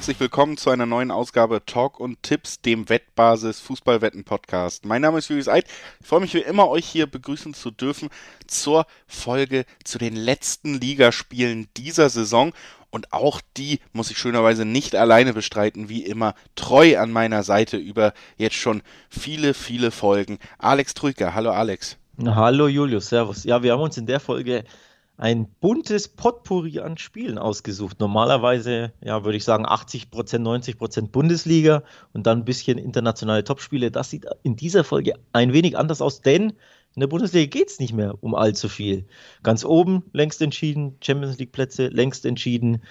herzlich willkommen zu einer neuen Ausgabe Talk und Tipps, dem Wettbasis Fußballwetten Podcast. Mein Name ist Julius Eid. Ich freue mich wie immer, euch hier begrüßen zu dürfen zur Folge zu den letzten Ligaspielen dieser Saison. Und auch die muss ich schönerweise nicht alleine bestreiten, wie immer treu an meiner Seite über jetzt schon viele, viele Folgen. Alex Troika. Hallo Alex. Hallo Julius, servus. Ja, wir haben uns in der Folge ein buntes Potpourri an Spielen ausgesucht. Normalerweise, ja, würde ich sagen 80%, 90% Bundesliga und dann ein bisschen internationale Topspiele. Das sieht in dieser Folge ein wenig anders aus, denn in der Bundesliga geht es nicht mehr um allzu viel. Ganz oben längst entschieden, Champions League Plätze längst entschieden.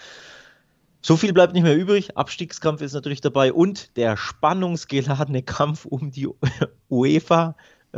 So viel bleibt nicht mehr übrig. Abstiegskampf ist natürlich dabei und der spannungsgeladene Kampf um die UEFA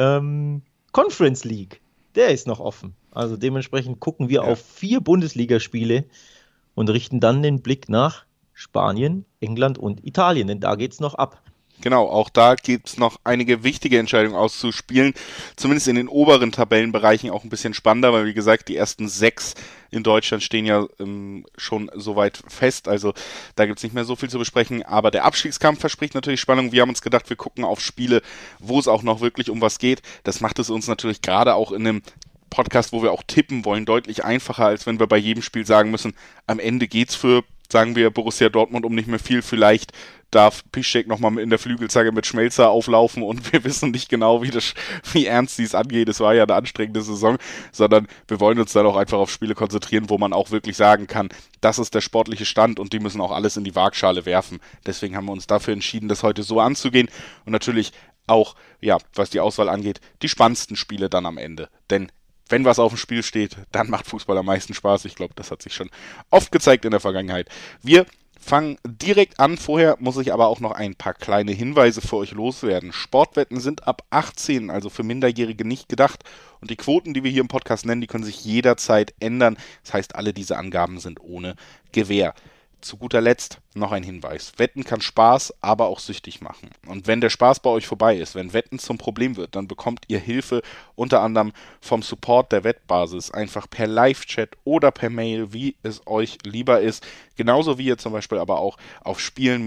Conference League, der ist noch offen. Also dementsprechend gucken wir auf 4 Bundesligaspiele und richten dann den Blick nach Spanien, England und Italien, denn da geht es noch ab. Genau, auch da gibt es noch einige wichtige Entscheidungen auszuspielen, zumindest in den oberen Tabellenbereichen auch ein bisschen spannender, weil wie gesagt, die ersten 6 in Deutschland stehen ja schon soweit fest, also da gibt es nicht mehr so viel zu besprechen, aber der Abstiegskampf verspricht natürlich Spannung. Wir haben uns gedacht, wir gucken auf Spiele, wo es auch noch wirklich um was geht. Das macht es uns natürlich gerade auch in einem Podcast, wo wir auch tippen wollen, deutlich einfacher, als wenn wir bei jedem Spiel sagen müssen, am Ende geht's für, sagen wir, Borussia Dortmund um nicht mehr viel. Vielleicht darf Piszczek nochmal in der Flügelzange mit Schmelzer auflaufen und wir wissen nicht genau, wie ernst dies angeht. Es war ja eine anstrengende Saison, sondern wir wollen uns dann auch einfach auf Spiele konzentrieren, wo man auch wirklich sagen kann, das ist der sportliche Stand und die müssen auch alles in die Waagschale werfen. Deswegen haben wir uns dafür entschieden, das heute so anzugehen und natürlich auch, ja, was die Auswahl angeht, die spannendsten Spiele dann am Ende. Denn wenn was auf dem Spiel steht, dann macht Fußball am meisten Spaß. Ich glaube, das hat sich schon oft gezeigt in der Vergangenheit. Wir fangen direkt an. Vorher muss ich aber auch noch ein paar kleine Hinweise für euch loswerden. Sportwetten sind ab 18, also für Minderjährige nicht gedacht. Und die Quoten, die wir hier im Podcast nennen, die können sich jederzeit ändern. Das heißt, alle diese Angaben sind ohne Gewähr. Zu guter Letzt noch ein Hinweis. Wetten kann Spaß, aber auch süchtig machen. Und wenn der Spaß bei euch vorbei ist, wenn Wetten zum Problem wird, dann bekommt ihr Hilfe unter anderem vom Support der Wettbasis. Einfach per Live-Chat oder per Mail, wie es euch lieber ist. Genauso wie ihr zum Beispiel aber auch auf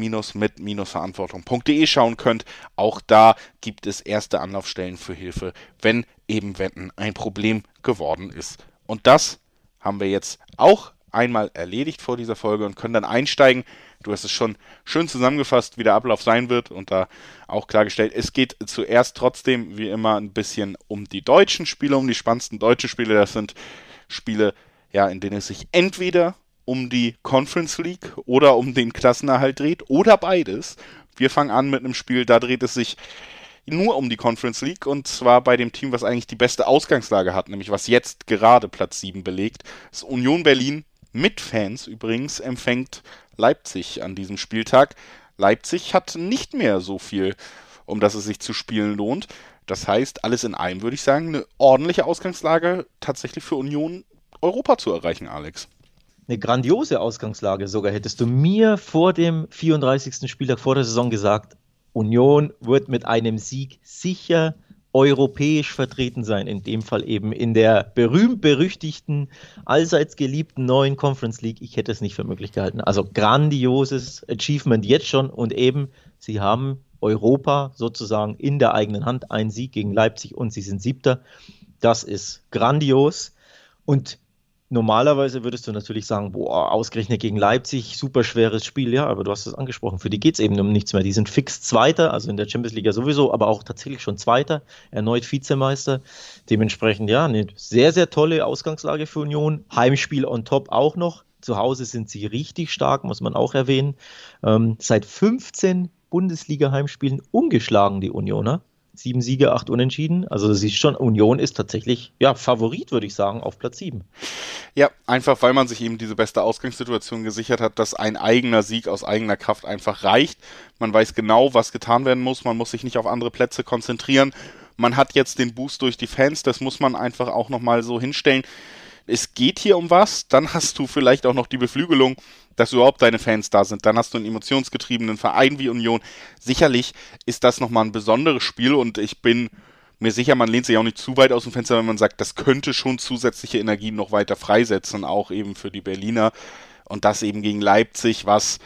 spielen-mit-verantwortung.de schauen könnt. Auch da gibt es erste Anlaufstellen für Hilfe, wenn eben Wetten ein Problem geworden ist. Und das haben wir jetzt auch einmal erledigt vor dieser Folge und können dann einsteigen. Du hast es schon schön zusammengefasst, wie der Ablauf sein wird und da auch klargestellt. Es geht zuerst trotzdem wie immer ein bisschen um die deutschen Spiele, um die spannendsten deutschen Spiele. Das sind Spiele, ja, in denen es sich entweder um die Conference League oder um den Klassenerhalt dreht oder beides. Wir fangen an mit einem Spiel, da dreht es sich nur um die Conference League und zwar bei dem Team, was eigentlich die beste Ausgangslage hat, nämlich was jetzt gerade Platz 7 belegt. Das ist Union Berlin. Mit Fans übrigens empfängt Leipzig an diesem Spieltag. Leipzig hat nicht mehr so viel, um das es sich zu spielen lohnt. Das heißt, alles in allem würde ich sagen, eine ordentliche Ausgangslage tatsächlich für Union Europa zu erreichen, Alex. Eine grandiose Ausgangslage sogar. Hättest du mir vor dem 34. Spieltag vor der Saison gesagt, Union wird mit einem Sieg sicher europäisch vertreten sein, in dem Fall eben in der berühmt-berüchtigten, allseits geliebten neuen Conference League. Ich hätte es nicht für möglich gehalten. Also grandioses Achievement jetzt schon und eben, sie haben Europa sozusagen in der eigenen Hand, ein Sieg gegen Leipzig und sie sind 7. Das ist grandios und normalerweise würdest du natürlich sagen, boah, ausgerechnet gegen Leipzig, super schweres Spiel, ja, aber du hast es angesprochen, für die geht es eben um nichts mehr. Die sind fix Zweiter, also in der Champions League sowieso, aber auch tatsächlich schon Zweiter, erneut Vizemeister. Dementsprechend, ja, eine sehr, sehr tolle Ausgangslage für Union. Heimspiel on top auch noch. Zu Hause sind sie richtig stark, muss man auch erwähnen. Seit 15 Bundesliga-Heimspielen ungeschlagen, die Unioner. 7 Siege, 8 Unentschieden. Also das ist schon, Union ist tatsächlich, ja, Favorit, würde ich sagen, auf Platz 7. Ja, einfach weil man sich eben diese beste Ausgangssituation gesichert hat, dass ein eigener Sieg aus eigener Kraft einfach reicht. Man weiß genau, was getan werden muss. Man muss sich nicht auf andere Plätze konzentrieren. Man hat jetzt den Boost durch die Fans. Das muss man einfach auch nochmal so hinstellen. Es geht hier um was. Dann hast du vielleicht auch noch die Beflügelung, dass überhaupt deine Fans da sind. Dann hast du einen emotionsgetriebenen Verein wie Union. Sicherlich ist das nochmal ein besonderes Spiel und ich bin mir sicher, man lehnt sich auch nicht zu weit aus dem Fenster, wenn man sagt, das könnte schon zusätzliche Energien noch weiter freisetzen, auch eben für die Berliner. Und das eben gegen Leipzig, was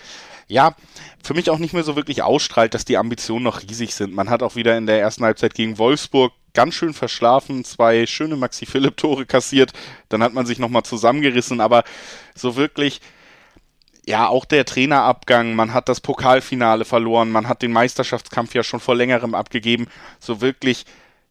ja, für mich auch nicht mehr so wirklich ausstrahlt, dass die Ambitionen noch riesig sind. Man hat auch wieder in der ersten Halbzeit gegen Wolfsburg ganz schön verschlafen, 2 schöne Maxi-Philipp-Tore kassiert, dann hat man sich nochmal zusammengerissen, aber so wirklich, ja, auch der Trainerabgang, man hat das Pokalfinale verloren, man hat den Meisterschaftskampf ja schon vor längerem abgegeben, so wirklich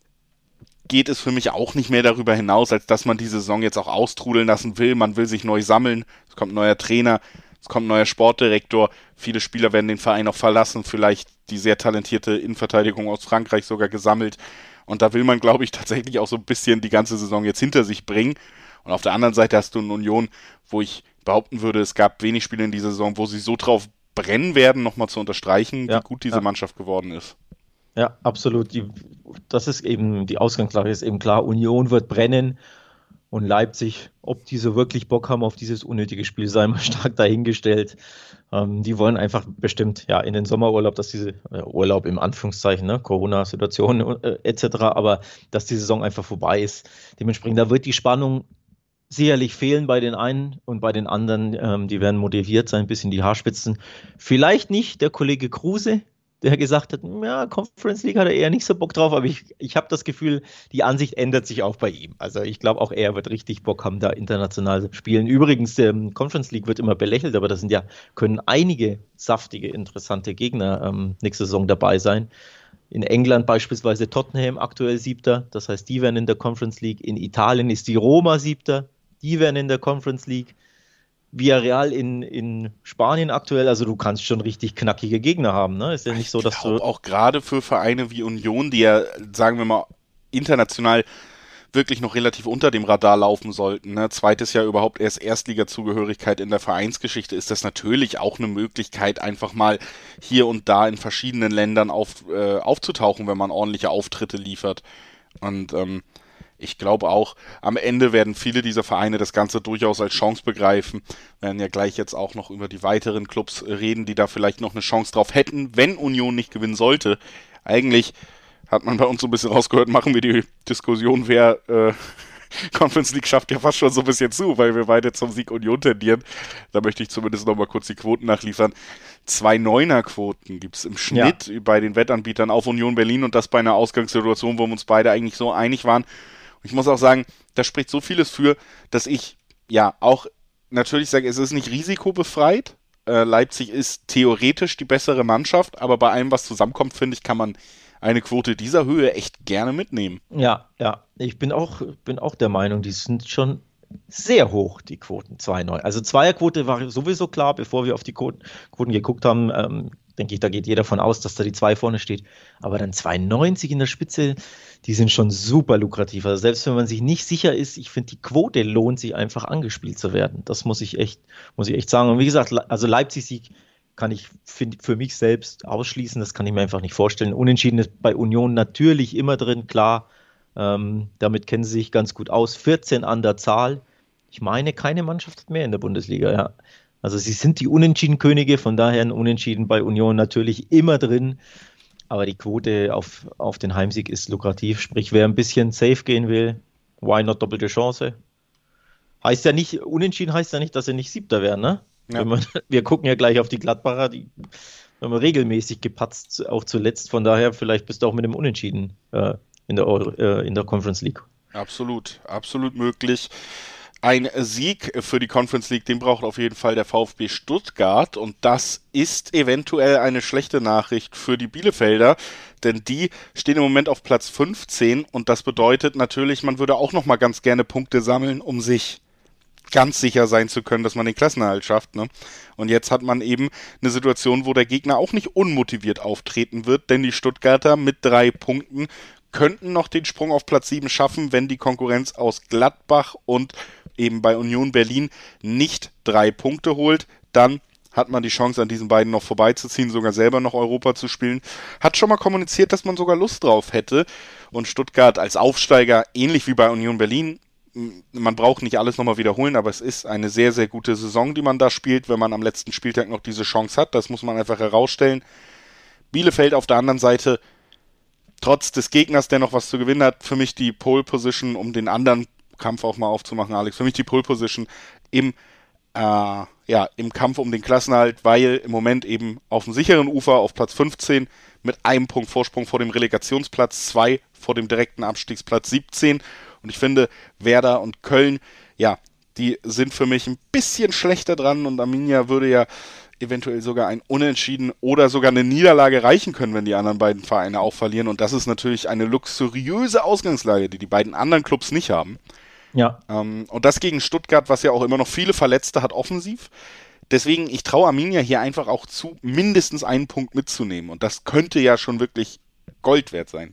geht es für mich auch nicht mehr darüber hinaus, als dass man die Saison jetzt auch austrudeln lassen will, man will sich neu sammeln, es kommt ein neuer Trainer, es kommt ein neuer Sportdirektor, viele Spieler werden den Verein auch verlassen, vielleicht die sehr talentierte Innenverteidigung aus Frankreich sogar gesammelt. Und da will man, glaube ich, tatsächlich auch so ein bisschen die ganze Saison jetzt hinter sich bringen. Und auf der anderen Seite hast du eine Union, wo ich behaupten würde, es gab wenig Spiele in dieser Saison, wo sie so drauf brennen werden, nochmal zu unterstreichen, wie gut diese Mannschaft geworden ist. Ja, absolut. Das ist eben, die Ausgangslage ist eben klar, Union wird brennen. Und Leipzig, ob die so wirklich Bock haben auf dieses unnötige Spiel, sei mal stark dahingestellt. Die wollen einfach bestimmt ja in den Sommerurlaub, dass diese Urlaub im Anführungszeichen, ne, Corona-Situation etc., aber dass die Saison einfach vorbei ist. Dementsprechend, da wird die Spannung sicherlich fehlen bei den einen und bei den anderen. Die werden motiviert sein, bis in die Haarspitzen. Vielleicht nicht der Kollege Kruse, der gesagt hat, ja, Conference League hat er eher nicht so Bock drauf, aber ich habe das Gefühl, die Ansicht ändert sich auch bei ihm. Also ich glaube, auch er wird richtig Bock haben, da international spielen. Übrigens, Conference League wird immer belächelt, aber das können einige saftige, interessante Gegner nächste Saison dabei sein. In England beispielsweise Tottenham aktuell 7. Das heißt, die werden in der Conference League. In Italien ist die Roma 7. Die werden in der Conference League. Villarreal in Spanien aktuell, also du kannst schon richtig knackige Gegner haben, ne? Ist ja nicht so, dass du... Auch gerade für Vereine wie Union, die ja, sagen wir mal, international wirklich noch relativ unter dem Radar laufen sollten, ne? Zweites Jahr überhaupt erst Erstliga-Zugehörigkeit in der Vereinsgeschichte, ist das natürlich auch eine Möglichkeit, einfach mal hier und da in verschiedenen Ländern aufzutauchen, wenn man ordentliche Auftritte liefert. Und ich glaube auch, am Ende werden viele dieser Vereine das Ganze durchaus als Chance begreifen. Wir werden ja gleich jetzt auch noch über die weiteren Clubs reden, die da vielleicht noch eine Chance drauf hätten, wenn Union nicht gewinnen sollte. Eigentlich hat man bei uns so ein bisschen rausgehört, machen wir die Diskussion, wer Conference League schafft, ja fast schon so ein bisschen zu, weil wir beide zum Sieg Union tendieren. Da möchte ich zumindest noch mal kurz die Quoten nachliefern. 2 Neuner-Quoten gibt es im Schnitt bei den Wettanbietern auf Union Berlin und das bei einer Ausgangssituation, wo wir uns beide eigentlich so einig waren. Ich muss auch sagen, da spricht so vieles für, dass ich ja auch natürlich sage, es ist nicht risikobefreit. Leipzig ist theoretisch die bessere Mannschaft, aber bei allem, was zusammenkommt, finde ich, kann man eine Quote dieser Höhe echt gerne mitnehmen. Ja. Ich bin auch der Meinung, die sind schon sehr hoch, die Quoten 2,9. Also Zweierquote war sowieso klar, bevor wir auf die Quoten geguckt haben, denke ich, da geht jeder von aus, dass da die 2 vorne steht. Aber dann 2,90 in der Spitze, die sind schon super lukrativ. Also selbst wenn man sich nicht sicher ist, ich finde, die Quote lohnt sich einfach angespielt zu werden. Das muss ich echt sagen. Und wie gesagt, also Leipzig-Sieg kann ich für mich selbst ausschließen. Das kann ich mir einfach nicht vorstellen. Unentschieden ist bei Union natürlich immer drin, klar. Damit kennen sie sich ganz gut aus. 14 an der Zahl. Ich meine, keine Mannschaft hat mehr in der Bundesliga, ja. Also sie sind die Unentschieden-Könige, von daher ein Unentschieden bei Union natürlich immer drin. Aber die Quote auf den Heimsieg ist lukrativ. Sprich, wer ein bisschen safe gehen will, why not doppelte Chance? Heißt ja nicht, Unentschieden heißt ja nicht, dass sie nicht 7. werden, ne? Ja. Wir gucken ja gleich auf die Gladbacher, die haben regelmäßig gepatzt, auch zuletzt. Von daher, vielleicht bist du auch mit dem Unentschieden in der Conference League. Absolut möglich. Ein Sieg für die Conference League, den braucht auf jeden Fall der VfB Stuttgart und das ist eventuell eine schlechte Nachricht für die Bielefelder, denn die stehen im Moment auf Platz 15 und das bedeutet natürlich, man würde auch nochmal ganz gerne Punkte sammeln, um sich ganz sicher sein zu können, dass man den Klassenerhalt schafft, ne? Und jetzt hat man eben eine Situation, wo der Gegner auch nicht unmotiviert auftreten wird, denn die Stuttgarter mit 3 Punkten könnten noch den Sprung auf Platz 7 schaffen, wenn die Konkurrenz aus Gladbach und eben bei Union Berlin nicht 3 Punkte holt, dann hat man die Chance, an diesen beiden noch vorbeizuziehen, sogar selber noch Europa zu spielen. Hat schon mal kommuniziert, dass man sogar Lust drauf hätte. Und Stuttgart als Aufsteiger, ähnlich wie bei Union Berlin, man braucht nicht alles nochmal wiederholen, aber es ist eine sehr, sehr gute Saison, die man da spielt, wenn man am letzten Spieltag noch diese Chance hat. Das muss man einfach herausstellen. Bielefeld auf der anderen Seite, trotz des Gegners, der noch was zu gewinnen hat, für mich die Pole Position, um den anderen Kampf auch mal aufzumachen, Alex, für mich die Pole Position im ja, im Kampf um den Klassenerhalt, weil im Moment eben auf dem sicheren Ufer auf Platz 15 mit einem Punkt Vorsprung vor dem Relegationsplatz, 2 vor dem direkten Abstiegsplatz 17. Und ich finde, Werder und Köln, ja, die sind für mich ein bisschen schlechter dran und Arminia würde ja eventuell sogar ein Unentschieden oder sogar eine Niederlage reichen können, wenn die anderen beiden Vereine auch verlieren. Und das ist natürlich eine luxuriöse Ausgangslage, die die beiden anderen Clubs nicht haben. Ja. Und das gegen Stuttgart, was ja auch immer noch viele Verletzte hat offensiv. Deswegen, ich traue Arminia hier einfach auch zu, mindestens einen Punkt mitzunehmen. Und das könnte ja schon wirklich Gold wert sein.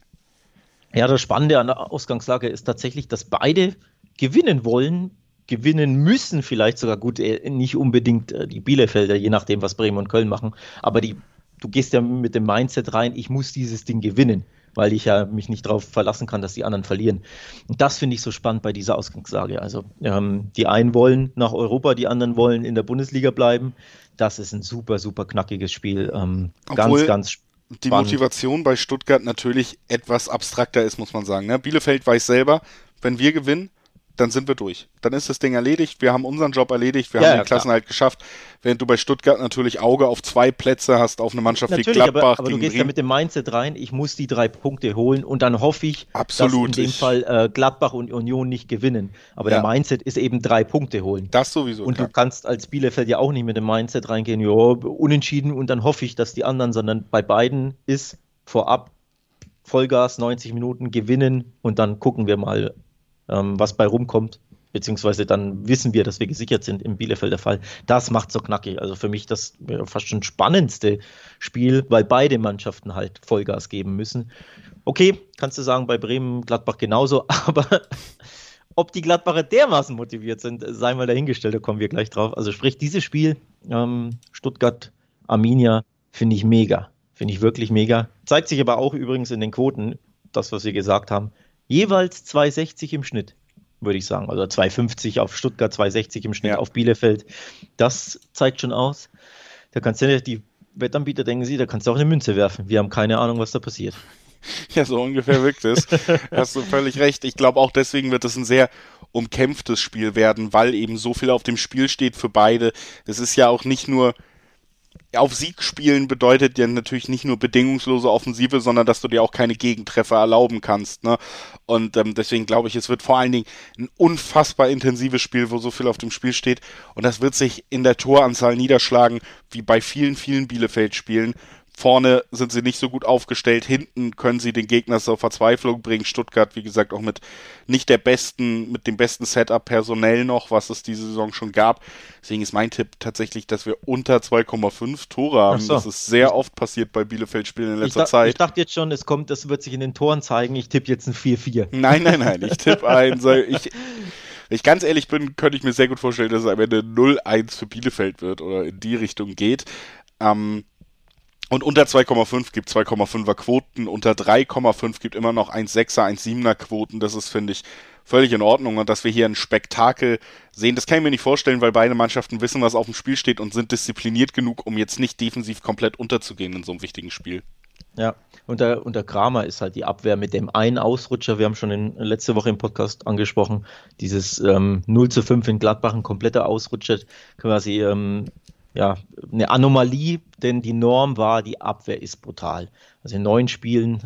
Ja, das Spannende an der Ausgangslage ist tatsächlich, dass beide gewinnen wollen, gewinnen müssen, vielleicht sogar gut, nicht unbedingt die Bielefelder, je nachdem, was Bremen und Köln machen. Aber du gehst ja mit dem Mindset rein, ich muss dieses Ding gewinnen, weil ich ja mich nicht darauf verlassen kann, dass die anderen verlieren. Und das finde ich so spannend bei dieser Ausgangslage. Also die einen wollen nach Europa, die anderen wollen in der Bundesliga bleiben. Das ist ein super, super knackiges Spiel. Ganz spannend. Die Motivation bei Stuttgart natürlich etwas abstrakter ist, muss man sagen. Ne? Bielefeld weiß selber, wenn wir gewinnen, dann sind wir durch. Dann ist das Ding erledigt, wir haben unseren Job erledigt, wir haben den Klassenerhalt geschafft. Während du bei Stuttgart natürlich Auge auf 2 Plätze hast, auf eine Mannschaft wie Gladbach. Aber du gehst ja mit dem Mindset rein, ich muss die 3 Punkte holen und dann hoffe ich, dass in dem Fall Gladbach und Union nicht gewinnen. Aber der Mindset ist eben 3 Punkte holen. Das sowieso. Und du kannst als Bielefeld ja auch nicht mit dem Mindset reingehen, unentschieden und dann hoffe ich, dass die anderen, sondern bei beiden ist vorab Vollgas, 90 Minuten gewinnen und dann gucken wir mal, was bei rumkommt, beziehungsweise dann wissen wir, dass wir gesichert sind im Bielefelder Fall. Das macht so knackig. Also für mich das fast schon spannendste Spiel, weil beide Mannschaften halt Vollgas geben müssen. Okay, kannst du sagen, bei Bremen, Gladbach genauso, aber ob die Gladbacher dermaßen motiviert sind, sei mal dahingestellt, da kommen wir gleich drauf. Also sprich, dieses Spiel, Stuttgart, Arminia, finde ich mega. Finde ich wirklich mega. Zeigt sich aber auch übrigens in den Quoten, das, was wir gesagt haben, jeweils 2,60 im Schnitt, würde ich sagen. Also 2,50 auf Stuttgart, 2,60 im Schnitt auf Bielefeld. Das zeigt schon aus. Da kannst du ja, die Wettanbieter denken sie, da kannst du auch eine Münze werfen. Wir haben keine Ahnung, was da passiert. Ja, so ungefähr wirkt es. Hast du völlig recht. Ich glaube auch deswegen wird es ein sehr umkämpftes Spiel werden, weil eben so viel auf dem Spiel steht für beide. Es ist ja auch nicht nur auf Sieg spielen bedeutet ja natürlich nicht nur bedingungslose Offensive, sondern dass du dir auch keine Gegentreffer erlauben kannst. Ne? Und deswegen glaube ich, es wird vor allen Dingen ein unfassbar intensives Spiel, wo so viel auf dem Spiel steht. Und das wird sich in der Toranzahl niederschlagen, wie bei vielen, vielen Bielefeld-Spielen. Vorne sind sie nicht so gut aufgestellt, hinten können sie den Gegner zur Verzweiflung bringen. Stuttgart, wie gesagt, auch mit nicht dem besten Setup personell noch, was es diese Saison schon gab. Deswegen ist mein Tipp tatsächlich, dass wir unter 2,5 Tore haben. So. Das ist sehr oft passiert bei Bielefeld-Spielen in letzter Zeit. Ich dachte jetzt schon, das wird sich in den Toren zeigen. Ich tippe jetzt ein 4-4. Nein, ich tippe ein. Wenn ich ganz ehrlich bin, könnte ich mir sehr gut vorstellen, dass es am Ende 0-1 für Bielefeld wird oder in die Richtung geht. Und unter 2,5 gibt 2,5er Quoten, unter 3,5 gibt immer noch 1,6er, 1,7er Quoten. Das ist, finde ich, völlig in Ordnung. Und dass wir hier ein Spektakel sehen, das kann ich mir nicht vorstellen, weil beide Mannschaften wissen, was auf dem Spiel steht und sind diszipliniert genug, um jetzt nicht defensiv komplett unterzugehen in so einem wichtigen Spiel. Ja, unter Kramer ist halt die Abwehr mit dem einen Ausrutscher, wir haben schon letzte Woche im Podcast angesprochen, dieses 0-5 in Gladbach, ein kompletter Ausrutscher, quasi eine Anomalie, denn die Norm war, die Abwehr ist brutal. Also in 9 Spielen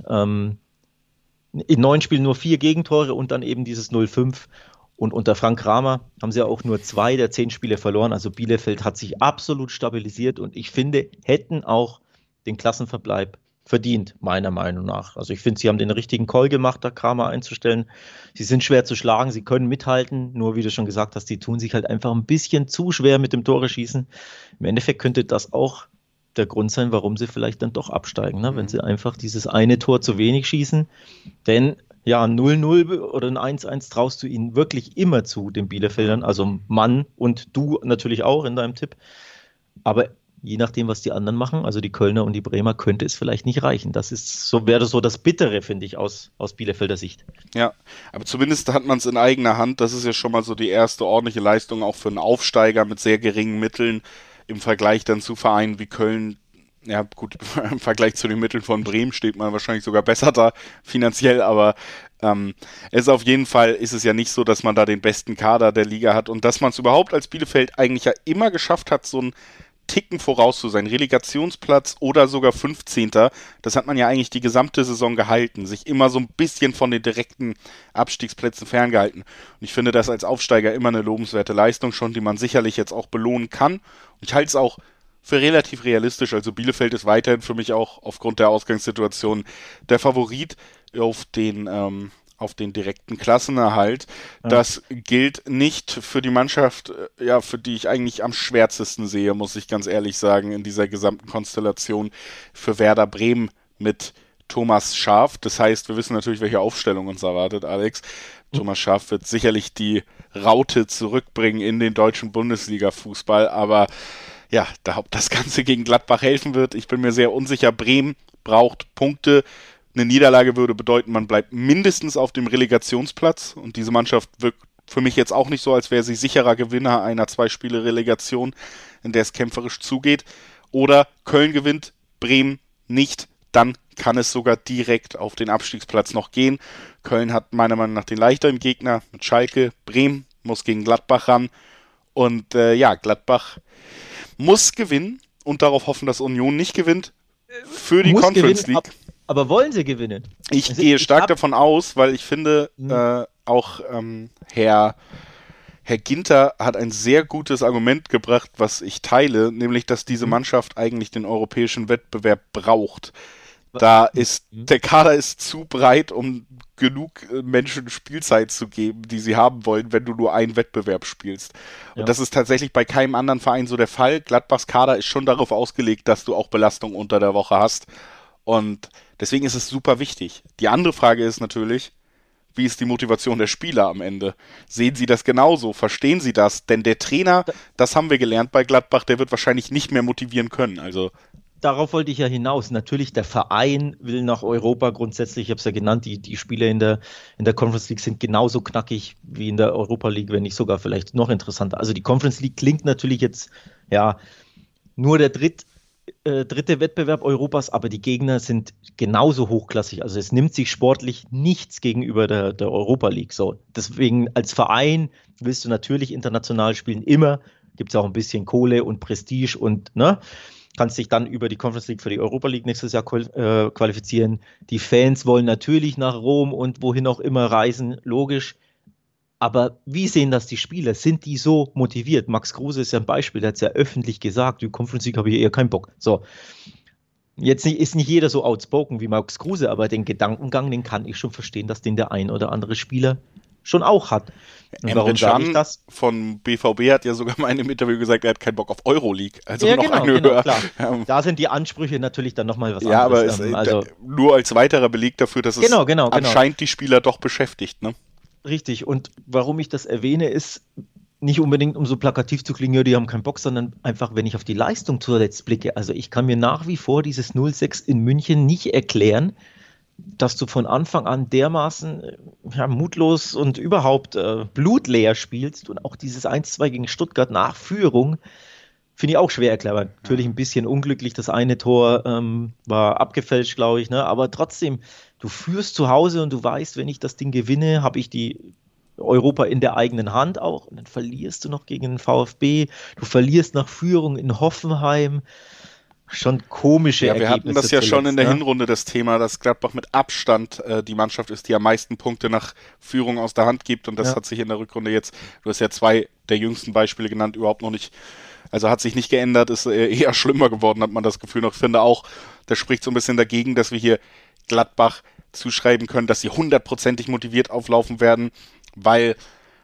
nur 4 Gegentore und dann eben dieses 0-5. Und unter Frank Kramer haben sie auch nur 2 der 10 Spiele verloren. Also Bielefeld hat sich absolut stabilisiert und ich finde, hätten auch den Klassenverbleib verdient, meiner Meinung nach. Also ich finde, sie haben den richtigen Call gemacht, da Kramer einzustellen. Sie sind schwer zu schlagen, sie können mithalten, nur wie du schon gesagt hast, die tun sich halt einfach ein bisschen zu schwer mit dem Tore schießen. Im Endeffekt könnte das auch der Grund sein, warum sie vielleicht dann doch absteigen, ne? Wenn sie einfach dieses eine Tor zu wenig schießen. Denn ja, 0-0 oder ein 1-1 traust du ihnen wirklich immer zu, den Bielefeldern, also Mann und du natürlich auch in deinem Tipp. Aber je nachdem, was die anderen machen, also die Kölner und die Bremer, könnte es vielleicht nicht reichen. Wäre so das Bittere, finde ich, aus Bielefelder Sicht. Ja, aber zumindest hat man es in eigener Hand. Das ist ja schon mal so die erste ordentliche Leistung, auch für einen Aufsteiger mit sehr geringen Mitteln im Vergleich dann zu Vereinen wie Köln. Ja, gut, im Vergleich zu den Mitteln von Bremen steht man wahrscheinlich sogar besser da finanziell, aber Es ist auf jeden Fall, ist es ja nicht so, dass man da den besten Kader der Liga hat und dass man es überhaupt als Bielefeld eigentlich ja immer geschafft hat, so einen Ticken voraus zu sein. Relegationsplatz oder sogar 15. Das hat man ja eigentlich die gesamte Saison gehalten, sich immer so ein bisschen von den direkten Abstiegsplätzen ferngehalten. Und ich finde das als Aufsteiger immer eine lobenswerte Leistung schon, die man sicherlich jetzt auch belohnen kann. Und ich halte es auch für relativ realistisch. Also Bielefeld ist weiterhin für mich auch aufgrund der Ausgangssituation der Favorit auf den direkten Klassenerhalt. Ja. Das gilt nicht für die Mannschaft, ja, für die ich eigentlich am schwärzesten sehe, muss ich ganz ehrlich sagen, in dieser gesamten Konstellation für Werder Bremen mit Thomas Schaaf. Das heißt, wir wissen natürlich, welche Aufstellung uns erwartet, Alex. Thomas Schaaf wird sicherlich die Raute zurückbringen in den deutschen Bundesliga-Fußball, aber ja, ob das Ganze gegen Gladbach helfen wird, ich bin mir sehr unsicher. Bremen braucht Punkte. Eine Niederlage würde bedeuten, man bleibt mindestens auf dem Relegationsplatz und diese Mannschaft wirkt für mich jetzt auch nicht so, als wäre sie sicherer Gewinner einer 2-Spiele-Relegation, in der es kämpferisch zugeht. Oder Köln gewinnt, Bremen nicht, dann kann es sogar direkt auf den Abstiegsplatz noch gehen. Köln hat meiner Meinung nach den leichteren Gegner mit Schalke, Bremen muss gegen Gladbach ran und Gladbach muss gewinnen und darauf hoffen, dass Union nicht gewinnt für die Conference League. Aber wollen sie gewinnen? Ich gehe stark davon aus, weil ich finde, Herr Ginter hat ein sehr gutes Argument gebracht, was ich teile, nämlich, dass diese Mannschaft eigentlich den europäischen Wettbewerb braucht. Der Kader ist zu breit, um genug Menschen Spielzeit zu geben, die sie haben wollen, wenn du nur einen Wettbewerb spielst. Und das ist tatsächlich bei keinem anderen Verein so der Fall. Gladbachs Kader ist schon darauf ausgelegt, dass du auch Belastung unter der Woche hast. Und deswegen ist es super wichtig. Die andere Frage ist natürlich, wie ist die Motivation der Spieler am Ende? Sehen sie das genauso? Verstehen sie das? Denn der Trainer, das haben wir gelernt bei Gladbach, der wird wahrscheinlich nicht mehr motivieren können. Also darauf wollte ich ja hinaus. Natürlich, der Verein will nach Europa grundsätzlich, ich habe es ja genannt, die Spiele in der Conference League sind genauso knackig wie in der Europa League, wenn nicht sogar vielleicht noch interessanter. Also die Conference League klingt natürlich jetzt, ja, nur der dritte Wettbewerb Europas, aber die Gegner sind genauso hochklassig. Also es nimmt sich sportlich nichts gegenüber der Europa League. So, deswegen als Verein willst du natürlich international spielen, immer. Gibt es auch ein bisschen Kohle und Prestige und kannst dich dann über die Conference League für die Europa League nächstes Jahr qualifizieren. Die Fans wollen natürlich nach Rom und wohin auch immer reisen, logisch. Aber wie sehen das die Spieler? Sind die so motiviert? Max Kruse ist ja ein Beispiel, der hat es ja öffentlich gesagt, die Conference League habe ich eher keinen Bock. So, jetzt ist nicht jeder so outspoken wie Max Kruse, aber den Gedankengang, den kann ich schon verstehen, dass den der ein oder andere Spieler schon auch hat. Und warum sage ich das? Von BVB hat ja sogar mal in einem Interview gesagt, er hat keinen Bock auf Euroleague. Also ja, noch genau, eine höher. Klar. Da sind die Ansprüche natürlich dann nochmal was ja, anderes. Aber nur als weiterer Beleg dafür, dass es anscheinend die Spieler doch beschäftigt, ne? Richtig, und warum ich das erwähne, ist nicht unbedingt, um so plakativ zu klingen, ja, die haben keinen Bock, sondern einfach, wenn ich auf die Leistung zuletzt blicke. Also ich kann mir nach wie vor dieses 0-6 in München nicht erklären, dass du von Anfang an dermaßen mutlos und überhaupt blutleer spielst und auch dieses 1-2 gegen Stuttgart nach Führung finde ich auch schwer erklärbar. Natürlich ein bisschen unglücklich, das eine Tor war abgefälscht, glaube ich, aber trotzdem, du führst zu Hause und du weißt, wenn ich das Ding gewinne, habe ich die Europa in der eigenen Hand auch und dann verlierst du noch gegen den VfB, du verlierst nach Führung in Hoffenheim. Schon komische Ergebnisse. Wir hatten das ja schon in der Hinrunde das Thema, dass Gladbach mit Abstand die Mannschaft ist, die am meisten Punkte nach Führung aus der Hand gibt und das hat sich in der Rückrunde jetzt, du hast ja 2 der jüngsten Beispiele genannt, überhaupt noch nicht, also hat sich nicht geändert, ist eher schlimmer geworden, hat man das Gefühl noch. Ich finde auch, das spricht so ein bisschen dagegen, dass wir hier Gladbach zuschreiben können, dass sie 100%ig motiviert auflaufen werden, weil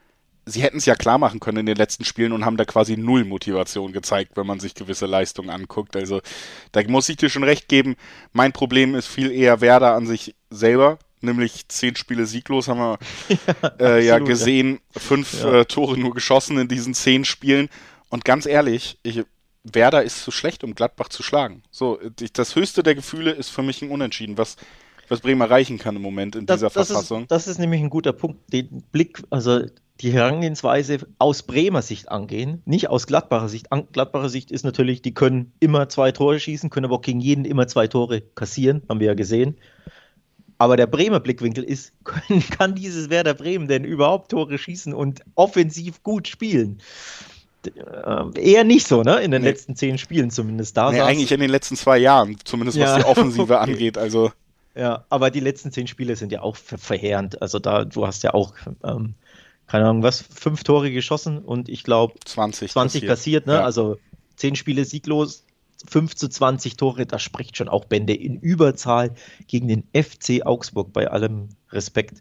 sie hätten es ja klar machen können in den letzten Spielen und haben da quasi null Motivation gezeigt, wenn man sich gewisse Leistungen anguckt. Also da muss ich dir schon recht geben. Mein Problem ist viel eher Werder an sich selber, nämlich 10 Spiele sieglos haben wir gesehen, 5 Tore nur geschossen in diesen 10 Spielen. Und ganz ehrlich, Werder ist zu schlecht, um Gladbach zu schlagen. So, das höchste der Gefühle ist für mich ein Unentschieden, was Bremen erreichen kann im Moment in dieser Verfassung. Das ist nämlich ein guter Punkt. Den Blick, also die Herangehensweise aus Bremer Sicht angehen, nicht aus Gladbacher Sicht. Gladbacher Sicht ist natürlich, die können immer 2 Tore schießen, können aber auch gegen jeden immer 2 Tore kassieren, haben wir ja gesehen. Aber der Bremer Blickwinkel ist, kann dieses Werder Bremen denn überhaupt Tore schießen und offensiv gut spielen? Eher nicht so, ne? In den letzten 10 Spielen zumindest. Eigentlich in den letzten 2 Jahren, zumindest was die Offensive angeht. Also. Ja, aber die letzten 10 Spiele sind ja auch verheerend. Also du hast ja auch, keine Ahnung, 5 Tore geschossen und ich glaube 20 kassiert, ne? Ja. Also 10 Spiele sieglos, 5-20 Tore, das spricht schon auch Bände in Überzahl gegen den FC Augsburg, bei allem Respekt.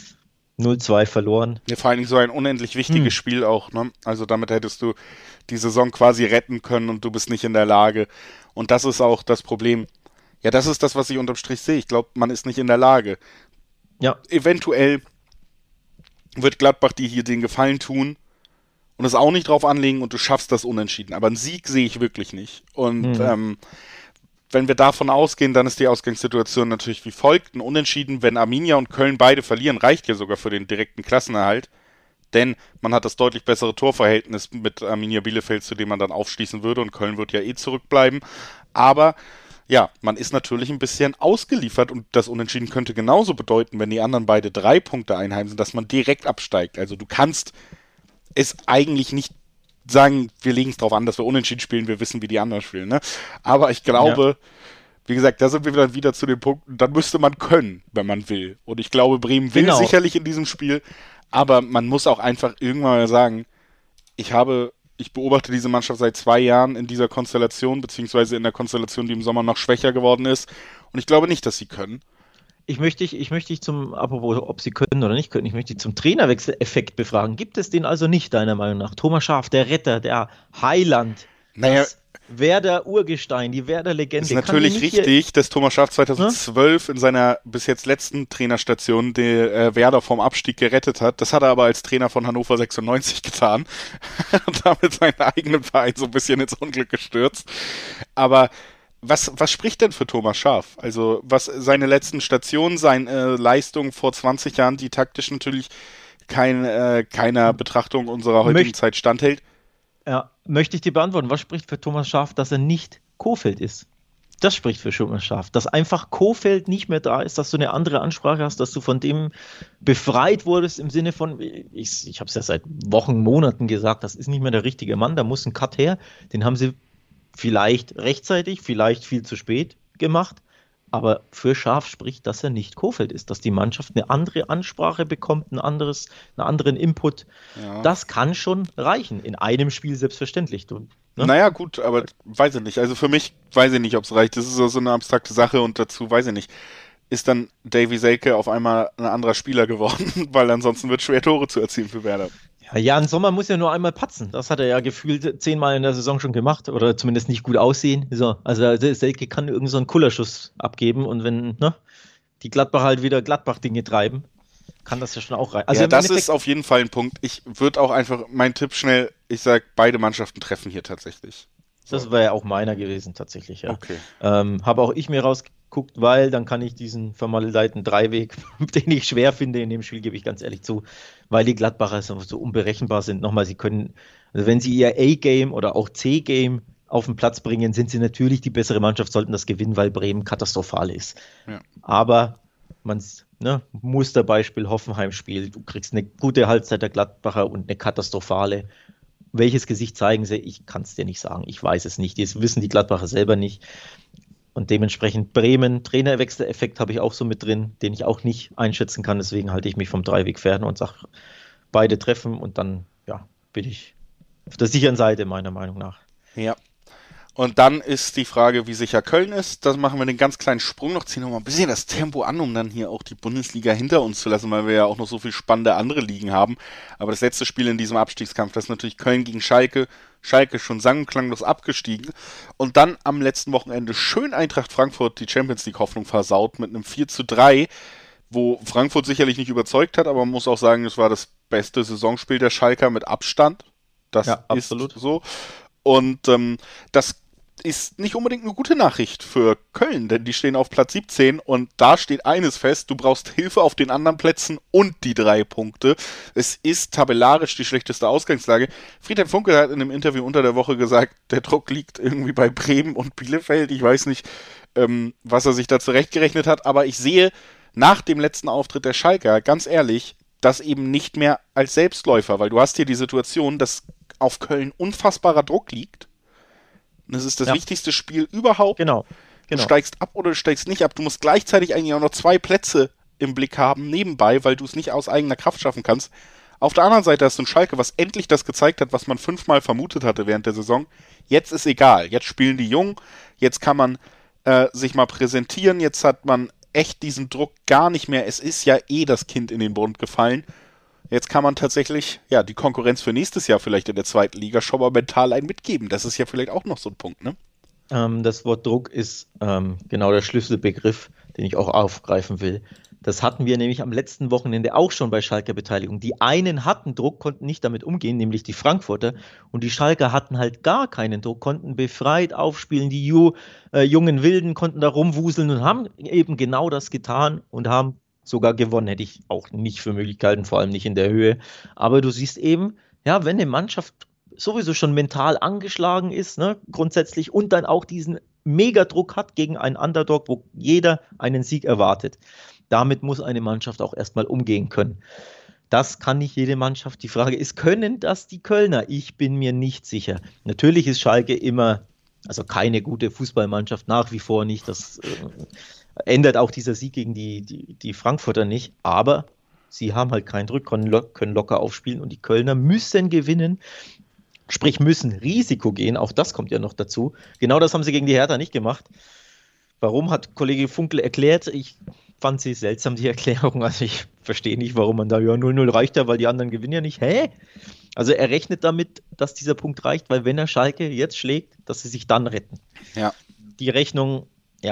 0-2 verloren. Ja, vor allen Dingen so ein unendlich wichtiges Spiel auch, ne? Also damit hättest du die Saison quasi retten können und du bist nicht in der Lage. Und das ist auch das Problem. Ja, das ist das, was ich unterm Strich sehe. Ich glaube, man ist nicht in der Lage. Ja. Eventuell wird Gladbach dir hier den Gefallen tun und es auch nicht drauf anlegen und du schaffst das Unentschieden. Aber einen Sieg sehe ich wirklich nicht. Und wenn wir davon ausgehen, dann ist die Ausgangssituation natürlich wie folgt. Ein Unentschieden, wenn Arminia und Köln beide verlieren, reicht ja sogar für den direkten Klassenerhalt. Denn man hat das deutlich bessere Torverhältnis mit Arminia Bielefeld, zu dem man dann aufschließen würde. Und Köln wird ja zurückbleiben. Aber ja, man ist natürlich ein bisschen ausgeliefert. Und das Unentschieden könnte genauso bedeuten, wenn die anderen beide 3 Punkte einheimsen, dass man direkt absteigt. Also du kannst es eigentlich nicht sagen, wir legen es drauf an, dass wir unentschieden spielen, wir wissen, wie die anderen spielen. Ne? Aber ich glaube, wie gesagt, da sind wir dann wieder zu den Punkten, dann müsste man können, wenn man will. Und ich glaube, Bremen will sicherlich in diesem Spiel, aber man muss auch einfach irgendwann mal sagen, ich beobachte diese Mannschaft seit 2 Jahren in dieser Konstellation, beziehungsweise in der Konstellation, die im Sommer noch schwächer geworden ist. Und ich glaube nicht, dass sie können. Ich möchte dich apropos, ob sie können oder nicht können, ich möchte dich zum Trainerwechseleffekt befragen. Gibt es den also nicht, deiner Meinung nach? Thomas Schaaf, der Retter, der Heiland, das Werder-Urgestein, die Werder-Legende. Ist natürlich richtig, dass Thomas Schaaf 2012 in seiner bis jetzt letzten Trainerstation der Werder vom Abstieg gerettet hat. Das hat er aber als Trainer von Hannover 96 getan und damit seinen eigenen Verein so ein bisschen ins Unglück gestürzt. Aber was spricht denn für Thomas Schaaf? Also was seine letzten Stationen, seine Leistungen vor 20 Jahren, die taktisch natürlich keiner Betrachtung unserer heutigen Zeit standhält? Ja, möchte ich dir beantworten. Was spricht für Thomas Schaaf, dass er nicht Kohfeldt ist? Das spricht für Thomas Schaaf. Dass einfach Kohfeldt nicht mehr da ist, dass du eine andere Ansprache hast, dass du von dem befreit wurdest im Sinne von, ich habe es ja seit Wochen, Monaten gesagt, das ist nicht mehr der richtige Mann, da muss ein Cut her. Den haben sie vielleicht rechtzeitig, vielleicht viel zu spät gemacht, aber für Schaaf spricht, dass er nicht Kohfeldt ist, dass die Mannschaft eine andere Ansprache bekommt, einen anderen Input. Ja. Das kann schon reichen, in einem Spiel selbstverständlich. Ne? Naja, gut, aber weiß ich nicht. Also für mich weiß ich nicht, ob es reicht. Das ist so eine abstrakte Sache und dazu weiß ich nicht. Ist dann Davy Selke auf einmal ein anderer Spieler geworden, weil ansonsten wird es schwer, Tore zu erzielen für Werder. Ja, Jan Sommer muss ja nur einmal patzen. Das hat er ja gefühlt 10-mal in der Saison schon gemacht oder zumindest nicht gut aussehen. So, also Selke kann irgend so einen Kullerschuss abgeben und wenn die Gladbacher halt wieder Gladbach-Dinge treiben, kann das ja schon auch rein. Also ja, das ist auf jeden Fall ein Punkt. Ich würde auch einfach, mein Tipp schnell, ich sage, beide Mannschaften treffen hier tatsächlich. So. Das wäre ja auch meiner gewesen tatsächlich, ja. Okay. Habe auch ich mir rausgeguckt, weil dann kann ich diesen vermaledeiten Dreiweg, den ich schwer finde in dem Spiel, gebe ich ganz ehrlich zu, weil die Gladbacher so unberechenbar sind. Nochmal, sie können, also wenn sie ihr A-Game oder auch C-Game auf den Platz bringen, sind sie natürlich die bessere Mannschaft, sollten das gewinnen, weil Bremen katastrophal ist. Ja. Aber Musterbeispiel Hoffenheim-Spiel, du kriegst eine gute Halbzeit der Gladbacher und eine katastrophale. Welches Gesicht zeigen sie? Ich kann es dir nicht sagen. Ich weiß es nicht. Das wissen die Gladbacher selber nicht. Und dementsprechend Bremen, Trainerwechseleffekt habe ich auch so mit drin, den ich auch nicht einschätzen kann. Deswegen halte ich mich vom Dreiweg fern und sage, beide treffen und dann bin ich auf der sicheren Seite, meiner Meinung nach. Ja. Und dann ist die Frage, wie sicher Köln ist. Da machen wir den ganz kleinen Sprung noch, ziehen noch mal ein bisschen das Tempo an, um dann hier auch die Bundesliga hinter uns zu lassen, weil wir ja auch noch so viel spannende andere Ligen haben. Aber das letzte Spiel in diesem Abstiegskampf, das ist natürlich Köln gegen Schalke. Schalke schon sang- und klanglos abgestiegen. Und dann am letzten Wochenende schön Eintracht Frankfurt die Champions League Hoffnung versaut mit einem 4:3, wo Frankfurt sicherlich nicht überzeugt hat, aber man muss auch sagen, es war das beste Saisonspiel der Schalker mit Abstand. Das ist absolut so. Und das ist nicht unbedingt eine gute Nachricht für Köln, denn die stehen auf Platz 17 und da steht eines fest, du brauchst Hilfe auf den anderen Plätzen und die 3 Punkte. Es ist tabellarisch die schlechteste Ausgangslage. Friedhelm Funkel hat in einem Interview unter der Woche gesagt, der Druck liegt irgendwie bei Bremen und Bielefeld. Ich weiß nicht, was er sich da zurechtgerechnet hat, aber ich sehe nach dem letzten Auftritt der Schalker, ganz ehrlich, das eben nicht mehr als Selbstläufer, weil du hast hier die Situation, dass auf Köln unfassbarer Druck liegt. Das ist das wichtigste Spiel überhaupt. Genau. Du steigst ab oder du steigst nicht ab. Du musst gleichzeitig eigentlich auch noch 2 Plätze im Blick haben, nebenbei, weil du es nicht aus eigener Kraft schaffen kannst. Auf der anderen Seite hast du einen Schalke, was endlich das gezeigt hat, was man 5-mal vermutet hatte während der Saison. Jetzt ist egal. Jetzt spielen die jung. Jetzt kann man sich mal präsentieren. Jetzt hat man echt diesen Druck gar nicht mehr. Es ist ja das Kind in den Brunnen gefallen. Jetzt kann man tatsächlich, die Konkurrenz für nächstes Jahr vielleicht in der zweiten Liga schon mal mental einen mitgeben. Das ist ja vielleicht auch noch so ein Punkt, ne? Das Wort Druck ist genau der Schlüsselbegriff, den ich auch aufgreifen will. Das hatten wir nämlich am letzten Wochenende auch schon bei Schalker Beteiligung. Die einen hatten Druck, konnten nicht damit umgehen, nämlich die Frankfurter. Und die Schalker hatten halt gar keinen Druck, konnten befreit aufspielen. Die jungen Wilden konnten da rumwuseln und haben eben genau das getan und haben sogar gewonnen. Hätte ich auch nicht für möglich gehalten, vor allem nicht in der Höhe. Aber du siehst eben, wenn eine Mannschaft sowieso schon mental angeschlagen ist, ne, grundsätzlich, und dann auch diesen Megadruck hat gegen einen Underdog, wo jeder einen Sieg erwartet. Damit muss eine Mannschaft auch erstmal umgehen können. Das kann nicht jede Mannschaft. Die Frage ist, können das die Kölner? Ich bin mir nicht sicher. Natürlich ist Schalke immer, also keine gute Fußballmannschaft, nach wie vor nicht. Das ändert auch dieser Sieg gegen die Frankfurter nicht. Aber sie haben halt keinen Druck, können locker aufspielen und die Kölner müssen gewinnen. Sprich, müssen Risiko gehen. Auch das kommt ja noch dazu. Genau das haben sie gegen die Hertha nicht gemacht. Warum, hat Kollege Funkel erklärt. Ich fand sie seltsam, die Erklärung. Also ich verstehe nicht, warum man da 0-0 reicht ja, weil die anderen gewinnen ja nicht. Hä? Also er rechnet damit, dass dieser Punkt reicht, weil wenn er Schalke jetzt schlägt, dass sie sich dann retten. Ja. Die Rechnung,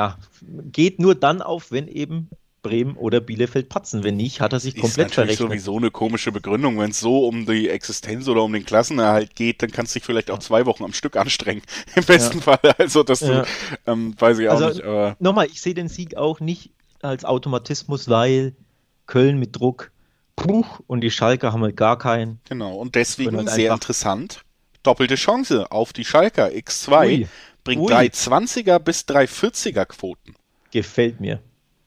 geht nur dann auf, wenn eben Bremen oder Bielefeld patzen. Wenn nicht, hat er sich komplett verrechnet. Das ist natürlich sowieso eine komische Begründung. Wenn es so um die Existenz oder um den Klassenerhalt geht, dann kannst du dich vielleicht auch 2 Wochen am Stück anstrengen. Im besten Fall. Also das weiß ich auch nicht. Aber nochmal, ich sehe den Sieg auch nicht als Automatismus, weil Köln mit Druck und die Schalker haben halt gar keinen. Genau, und deswegen halt sehr interessant, doppelte Chance auf die Schalker. X2 bringt 3,20er bis 3,40er Quoten. Gefällt mir.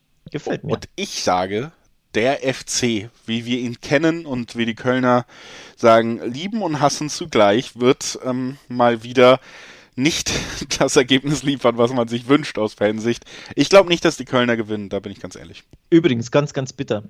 Und ich sage, der FC, wie wir ihn kennen und wie die Kölner sagen, lieben und hassen zugleich, wird mal wieder nicht das Ergebnis liefern, was man sich wünscht aus Fansicht. Ich glaube nicht, dass die Kölner gewinnen, da bin ich ganz ehrlich. Übrigens, ganz, ganz bitter.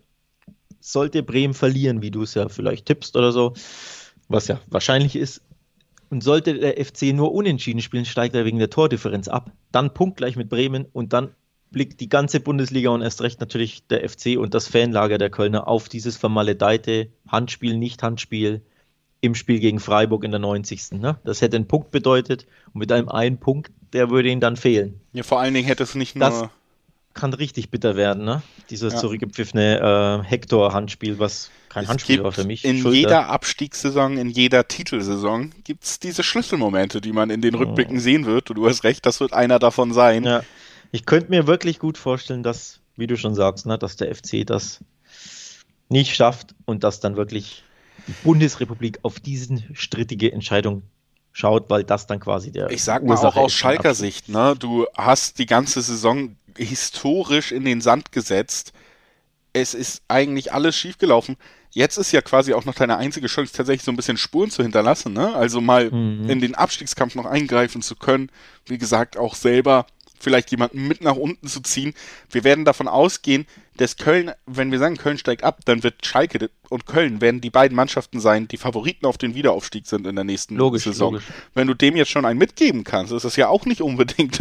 Sollte Bremen verlieren, wie du es ja vielleicht tippst oder so, was ja wahrscheinlich ist, und sollte der FC nur unentschieden spielen, steigt er wegen der Tordifferenz ab. Dann punktgleich mit Bremen und dann blickt die ganze Bundesliga und erst recht natürlich der FC und das Fanlager der Kölner auf dieses vermaledeite Handspiel, Nicht-Handspiel im Spiel gegen Freiburg in der 90. Ne? Das hätte einen Punkt bedeutet und mit einem einen Punkt, der würde ihnen dann fehlen. Ja, vor allen Dingen hätte es nicht nur... Das kann richtig bitter werden, ne? Dieses zurückgepfiffene Hector-Handspiel, was kein Handspiel war für mich. In jeder Abstiegssaison, in jeder Titelsaison gibt es diese Schlüsselmomente, die man in den Rückblicken sehen wird. Und du hast recht, das wird einer davon sein. Ja. Ich könnte mir wirklich gut vorstellen, dass, wie du schon sagst, ne, dass der FC das nicht schafft und dass dann wirklich die Bundesrepublik auf diese strittige Entscheidung schaut, weil das dann quasi der Ich sag mal auch aus Schalker Sicht, ne, du hast die ganze Saison historisch in den Sand gesetzt. Es ist eigentlich alles schiefgelaufen. Jetzt ist ja quasi auch noch deine einzige Chance, tatsächlich so ein bisschen Spuren zu hinterlassen, ne? Also mal in den Abstiegskampf noch eingreifen zu können. Wie gesagt, auch selber vielleicht jemanden mit nach unten zu ziehen. Wir werden davon ausgehen, dass Köln, wenn wir sagen, Köln steigt ab, dann wird Schalke und Köln werden die beiden Mannschaften sein, die Favoriten auf den Wiederaufstieg sind in der nächsten Saison. Logisch. Wenn du dem jetzt schon einen mitgeben kannst, ist das ja auch nicht unbedingt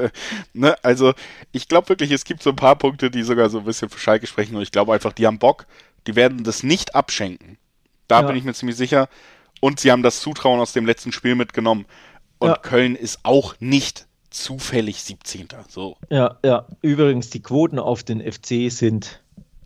ne? Also ich glaube wirklich, es gibt so ein paar Punkte, die sogar so ein bisschen für Schalke sprechen und ich glaube einfach, die haben Bock, die werden das nicht abschenken. Da bin ich mir ziemlich sicher. Und sie haben das Zutrauen aus dem letzten Spiel mitgenommen. Und Köln ist auch nicht zufällig 17. So. Ja. Übrigens, die Quoten auf den FC sind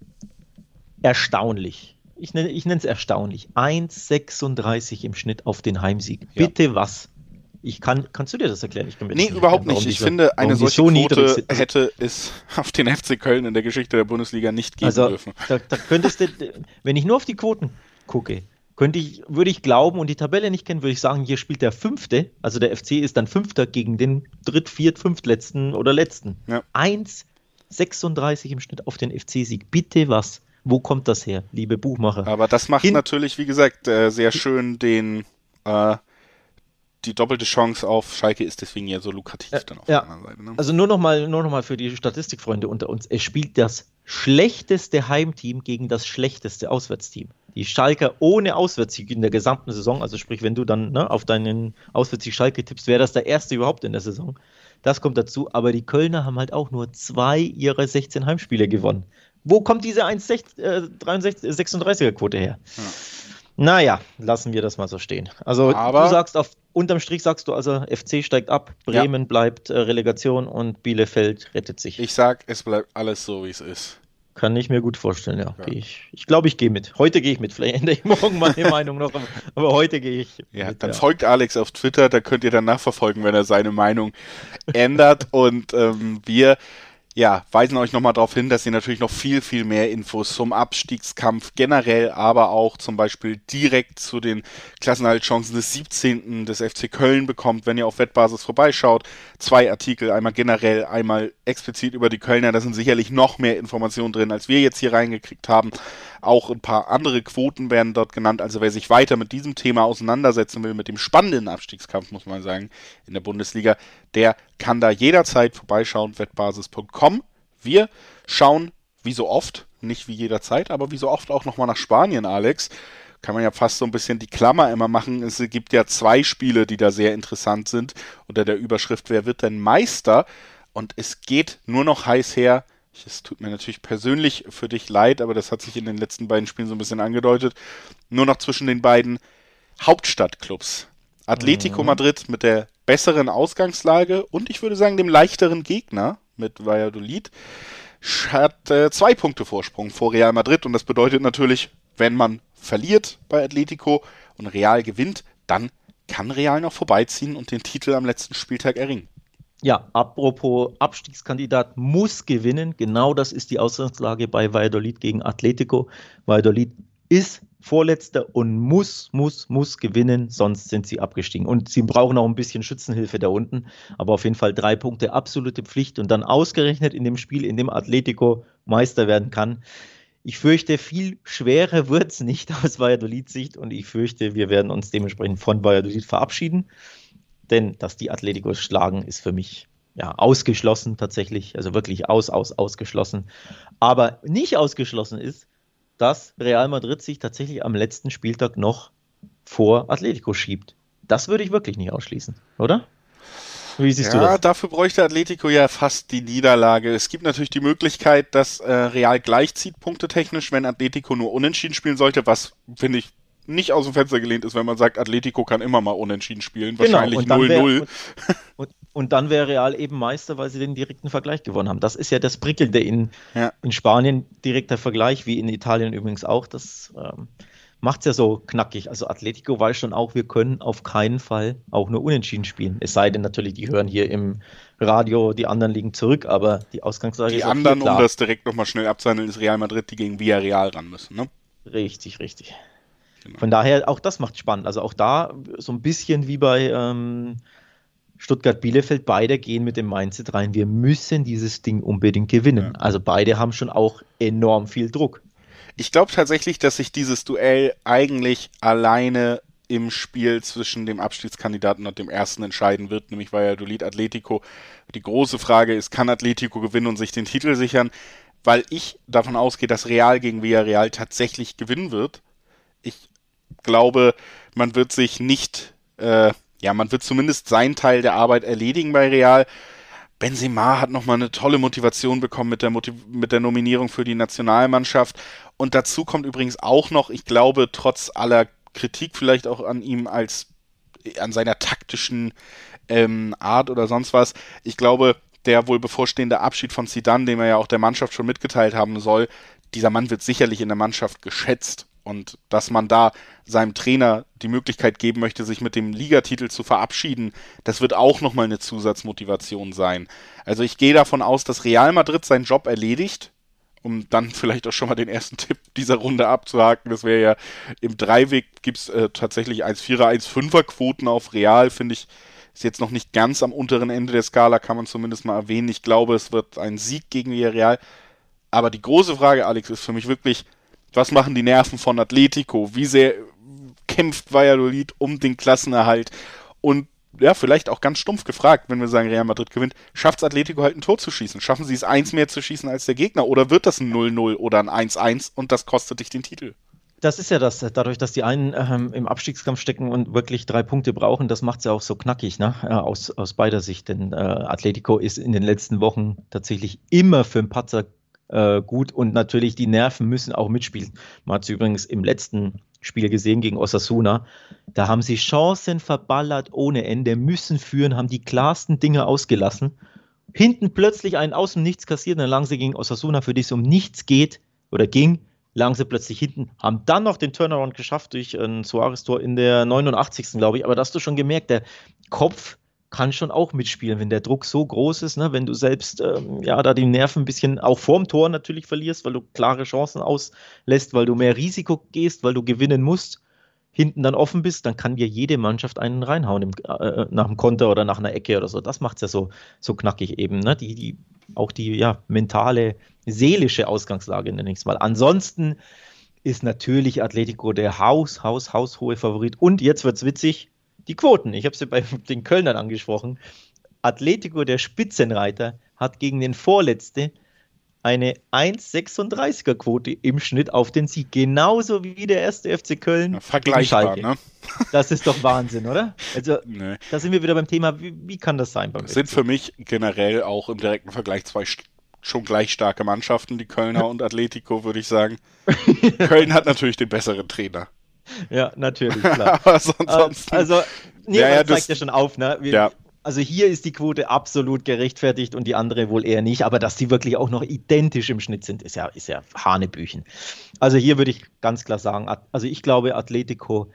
erstaunlich. Ich nenne es erstaunlich. 1,36 im Schnitt auf den Heimsieg. Ja. Bitte was? Kannst du dir das erklären? Nee, überhaupt nicht. Ich finde, eine solche Quote hätte es auf den FC Köln in der Geschichte der Bundesliga nicht geben dürfen. Da könntest du, wenn ich nur auf die Quoten gucke, würde ich glauben und die Tabelle nicht kennen, würde ich sagen, hier spielt der Fünfte, also der FC ist dann Fünfter gegen den Dritt-, Viert-, Fünftletzten oder Letzten. Ja. 1,36 36 im Schnitt auf den FC-Sieg. Bitte was? Wo kommt das her, liebe Buchmacher? Aber das macht natürlich, wie gesagt, sehr schön die doppelte Chance auf Schalke ist deswegen ja so lukrativ dann auf der anderen Seite. Ne? Also nur noch mal für die Statistikfreunde unter uns. Es spielt das schlechteste Heimteam gegen das schlechteste Auswärtsteam. Die Schalker ohne Auswärtssieg in der gesamten Saison, also sprich, wenn du dann auf deinen Auswärtssieg Schalke tippst, wäre das der erste überhaupt in der Saison. Das kommt dazu, aber die Kölner haben halt auch nur 2 ihrer 16 Heimspiele gewonnen. Wo kommt diese 1,36er-Quote her? Ja. Naja, lassen wir das mal so stehen. Also du sagst, unterm Strich sagst du also, FC steigt ab, Bremen bleibt Relegation und Bielefeld rettet sich. Ich sag, es bleibt alles so, wie es ist. Kann ich mir gut vorstellen, ja. Ich glaube, ich gehe mit. Heute gehe ich mit. Vielleicht ändere ich morgen meine Meinung noch, aber heute gehe ich mit. Dann folgt Alex auf Twitter, da könnt ihr dann nachverfolgen, wenn er seine Meinung ändert. Und wir weisen euch nochmal darauf hin, dass ihr natürlich noch viel, viel mehr Infos zum Abstiegskampf generell, aber auch zum Beispiel direkt zu den Klassenerhaltchancen des 17. des FC Köln bekommt, wenn ihr auf Wettbasis vorbeischaut. 2 Artikel, einmal generell, einmal explizit über die Kölner. Da sind sicherlich noch mehr Informationen drin, als wir jetzt hier reingekriegt haben. Auch ein paar andere Quoten werden dort genannt. Also wer sich weiter mit diesem Thema auseinandersetzen will, mit dem spannenden Abstiegskampf, muss man sagen, in der Bundesliga, der kann da jederzeit vorbeischauen, wettbasis.com. Wir schauen, wie so oft, nicht wie jederzeit, aber wie so oft auch nochmal nach Spanien, Alex. Kann man ja fast so ein bisschen die Klammer immer machen. Es gibt ja 2 Spiele, die da sehr interessant sind, unter der Überschrift, wer wird denn Meister? Und es geht nur noch heiß her. Es tut mir natürlich persönlich für dich leid, aber das hat sich in den letzten beiden Spielen so ein bisschen angedeutet. Nur noch zwischen den beiden Hauptstadtclubs. Atletico Madrid mit der besseren Ausgangslage und ich würde sagen dem leichteren Gegner mit Valladolid hat 2 Punkte Vorsprung vor Real Madrid und das bedeutet natürlich, wenn man verliert bei Atletico und Real gewinnt, dann kann Real noch vorbeiziehen und den Titel am letzten Spieltag erringen. Ja, apropos Abstiegskandidat muss gewinnen. Genau das ist die Ausgangslage bei Valladolid gegen Atletico. Valladolid ist Vorletzter und muss gewinnen, sonst sind sie abgestiegen. Und sie brauchen auch ein bisschen Schützenhilfe da unten. Aber auf jeden Fall 3 Punkte, absolute Pflicht. Und dann ausgerechnet in dem Spiel, in dem Atletico Meister werden kann. Ich fürchte, viel schwerer wird es nicht aus Valladolid-Sicht. Und ich fürchte, wir werden uns dementsprechend von Valladolid verabschieden. Denn dass die Atletico schlagen, ist für mich ausgeschlossen tatsächlich. Also wirklich ausgeschlossen. Aber nicht ausgeschlossen ist, dass Real Madrid sich tatsächlich am letzten Spieltag noch vor Atletico schiebt. Das würde ich wirklich nicht ausschließen, oder? Wie siehst du das? Ja, dafür bräuchte Atletico ja fast die Niederlage. Es gibt natürlich die Möglichkeit, dass Real gleichzieht, punktetechnisch, wenn Atletico nur unentschieden spielen sollte, was, finde ich, nicht aus dem Fenster gelehnt ist, wenn man sagt, Atletico kann immer mal unentschieden spielen, wahrscheinlich 0-0. Und dann wäre Real eben Meister, weil sie den direkten Vergleich gewonnen haben. Das ist ja das Prickelnde in Spanien, direkter Vergleich, wie in Italien übrigens auch. Das macht es ja so knackig. Also Atletico weiß schon auch, wir können auf keinen Fall auch nur unentschieden spielen. Es sei denn natürlich, die hören hier im Radio, die anderen liegen zurück, aber die Ausgangslage ist die anderen, um das direkt nochmal schnell abzuhandeln, ist Real Madrid, die gegen Villarreal ran müssen, ne? Richtig. Genau. Von daher, auch das macht spannend. Also auch da so ein bisschen wie bei Stuttgart-Bielefeld, beide gehen mit dem Mindset rein, wir müssen dieses Ding unbedingt gewinnen. Ja. Also beide haben schon auch enorm viel Druck. Ich glaube tatsächlich, dass sich dieses Duell eigentlich alleine im Spiel zwischen dem Abstiegskandidaten und dem ersten entscheiden wird, nämlich Valladolid Atletico. Die große Frage ist, kann Atletico gewinnen und sich den Titel sichern? Weil ich davon ausgehe, dass Real gegen Villarreal tatsächlich gewinnen wird. Ich glaube, man wird sich nicht, man wird zumindest seinen Teil der Arbeit erledigen bei Real. Benzema hat nochmal eine tolle Motivation bekommen mit der Nominierung für die Nationalmannschaft. Und dazu kommt übrigens auch noch, ich glaube, trotz aller Kritik vielleicht auch an ihm an seiner taktischen Art oder sonst was, ich glaube, der wohl bevorstehende Abschied von Zidane, den er ja auch der Mannschaft schon mitgeteilt haben soll, dieser Mann wird sicherlich in der Mannschaft geschätzt. Und dass man da seinem Trainer die Möglichkeit geben möchte, sich mit dem Ligatitel zu verabschieden, das wird auch nochmal eine Zusatzmotivation sein. Also ich gehe davon aus, dass Real Madrid seinen Job erledigt, um dann vielleicht auch schon mal den ersten Tipp dieser Runde abzuhaken. Das wäre ja im Dreiweg, gibt es tatsächlich 1,4er, 1,5er Quoten auf Real, finde ich ist jetzt noch nicht ganz am unteren Ende der Skala, kann man zumindest mal erwähnen. Ich glaube, es wird ein Sieg gegen Villarreal. Aber die große Frage, Alex, ist für mich wirklich, was machen die Nerven von Atletico? Wie sehr kämpft Valladolid um den Klassenerhalt? Und ja, vielleicht auch ganz stumpf gefragt, wenn wir sagen, Real Madrid gewinnt, schafft es Atletico halt ein Tor zu schießen? Schaffen sie es, eins mehr zu schießen als der Gegner? Oder wird das ein 0-0 oder ein 1-1 und das kostet dich den Titel? Das ist ja das, dadurch, dass die einen im Abstiegskampf stecken und wirklich 3 Punkte brauchen, das macht es ja auch so knackig, ne? Aus beider Sicht. Denn Atletico ist in den letzten Wochen tatsächlich immer für einen Patzer gut und natürlich die Nerven müssen auch mitspielen. Man hat es übrigens im letzten Spiel gesehen gegen Osasuna. Da haben sie Chancen verballert ohne Ende, müssen führen, haben die klarsten Dinge ausgelassen. Hinten plötzlich einen aus dem Nichts kassiert, dann lagen sie gegen Osasuna, für die es um nichts geht oder ging. Lagen sie plötzlich hinten, haben dann noch den Turnaround geschafft durch ein Suarez-Tor in der 89. glaube ich. Aber da hast du schon gemerkt, der Kopf kann schon auch mitspielen, wenn der Druck so groß ist, ne? Wenn du selbst da die Nerven ein bisschen auch vorm Tor natürlich verlierst, weil du klare Chancen auslässt, weil du mehr Risiko gehst, weil du gewinnen musst, hinten dann offen bist, dann kann dir jede Mannschaft einen reinhauen nach dem Konter oder nach einer Ecke oder so. Das macht es ja so knackig eben, ne? Auch die mentale, seelische Ausgangslage, nenne ich es mal. Ansonsten ist natürlich Atletico der haushohe Favorit. Und jetzt wird es witzig, die Quoten. Ich habe sie bei den Kölnern angesprochen. Atletico, der Spitzenreiter, hat gegen den Vorletzte eine 1,36er Quote im Schnitt auf den Sieg. Genauso wie der erste FC Köln. Ja, vergleichbar, ne? Das ist doch Wahnsinn, oder? Also, nee. Da sind wir wieder beim Thema, wie kann das sein? Das sind für mich generell auch im direkten Vergleich zwei schon gleich starke Mannschaften, die Kölner und Atletico, würde ich sagen. Köln hat natürlich den besseren Trainer. Ja, natürlich, klar. Aber ansonsten... das zeigt ja schon auf, ne? Also hier ist die Quote absolut gerechtfertigt und die andere wohl eher nicht, aber dass die wirklich auch noch identisch im Schnitt sind, ist ja Hanebüchen. Also hier würde ich ganz klar sagen, also ich glaube, Atletico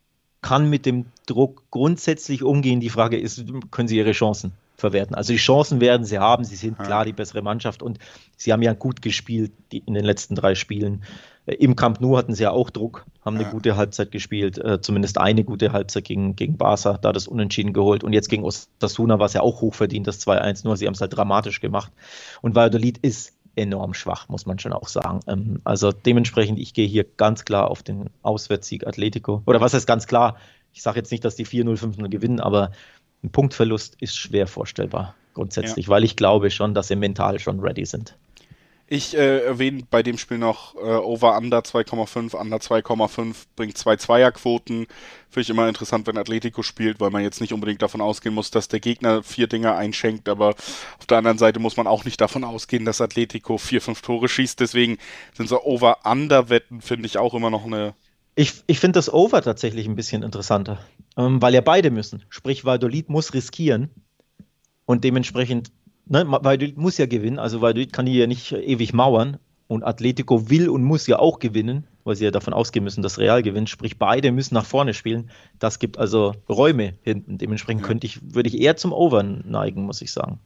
kann mit dem Druck grundsätzlich umgehen. Die Frage ist, können sie ihre Chancen verwerten? Also die Chancen werden sie haben, sie sind klar die bessere Mannschaft und sie haben ja gut gespielt in den letzten 3 Spielen. Im Camp Nou hatten sie ja auch Druck, haben eine gute Halbzeit gespielt, zumindest eine gute Halbzeit gegen Barca, da das Unentschieden geholt. Und jetzt gegen Osasuna war es ja auch hochverdient, das 2-1, nur sie haben es halt dramatisch gemacht. Und Valladolid ist enorm schwach, muss man schon auch sagen. Also dementsprechend, ich gehe hier ganz klar auf den Auswärtssieg Atletico. Oder was heißt ganz klar? Ich sage jetzt nicht, dass die 4-0, 5-0 gewinnen, aber ein Punktverlust ist schwer vorstellbar, grundsätzlich, weil ich glaube schon, dass sie mental schon ready sind. Ich erwähne bei dem Spiel noch Over-Under 2,5, Under 2,5 bringt 2 Zweierquoten. Finde ich immer interessant, wenn Atletico spielt, weil man jetzt nicht unbedingt davon ausgehen muss, dass der Gegner 4 Dinger einschenkt, aber auf der anderen Seite muss man auch nicht davon ausgehen, dass Atletico 4, 5 Tore schießt. Deswegen sind so Over-Under-Wetten, finde ich auch immer noch eine... Ich finde das Over tatsächlich ein bisschen interessanter, weil ja beide müssen. Sprich, Valladolid muss riskieren und dementsprechend... Valladolid muss ja gewinnen, also Valladolid kann die ja nicht ewig mauern und Atletico will und muss ja auch gewinnen, weil sie ja davon ausgehen müssen, dass Real gewinnt, sprich beide müssen nach vorne spielen, das gibt also Räume hinten, dementsprechend würde ich eher zum Over neigen, muss ich sagen.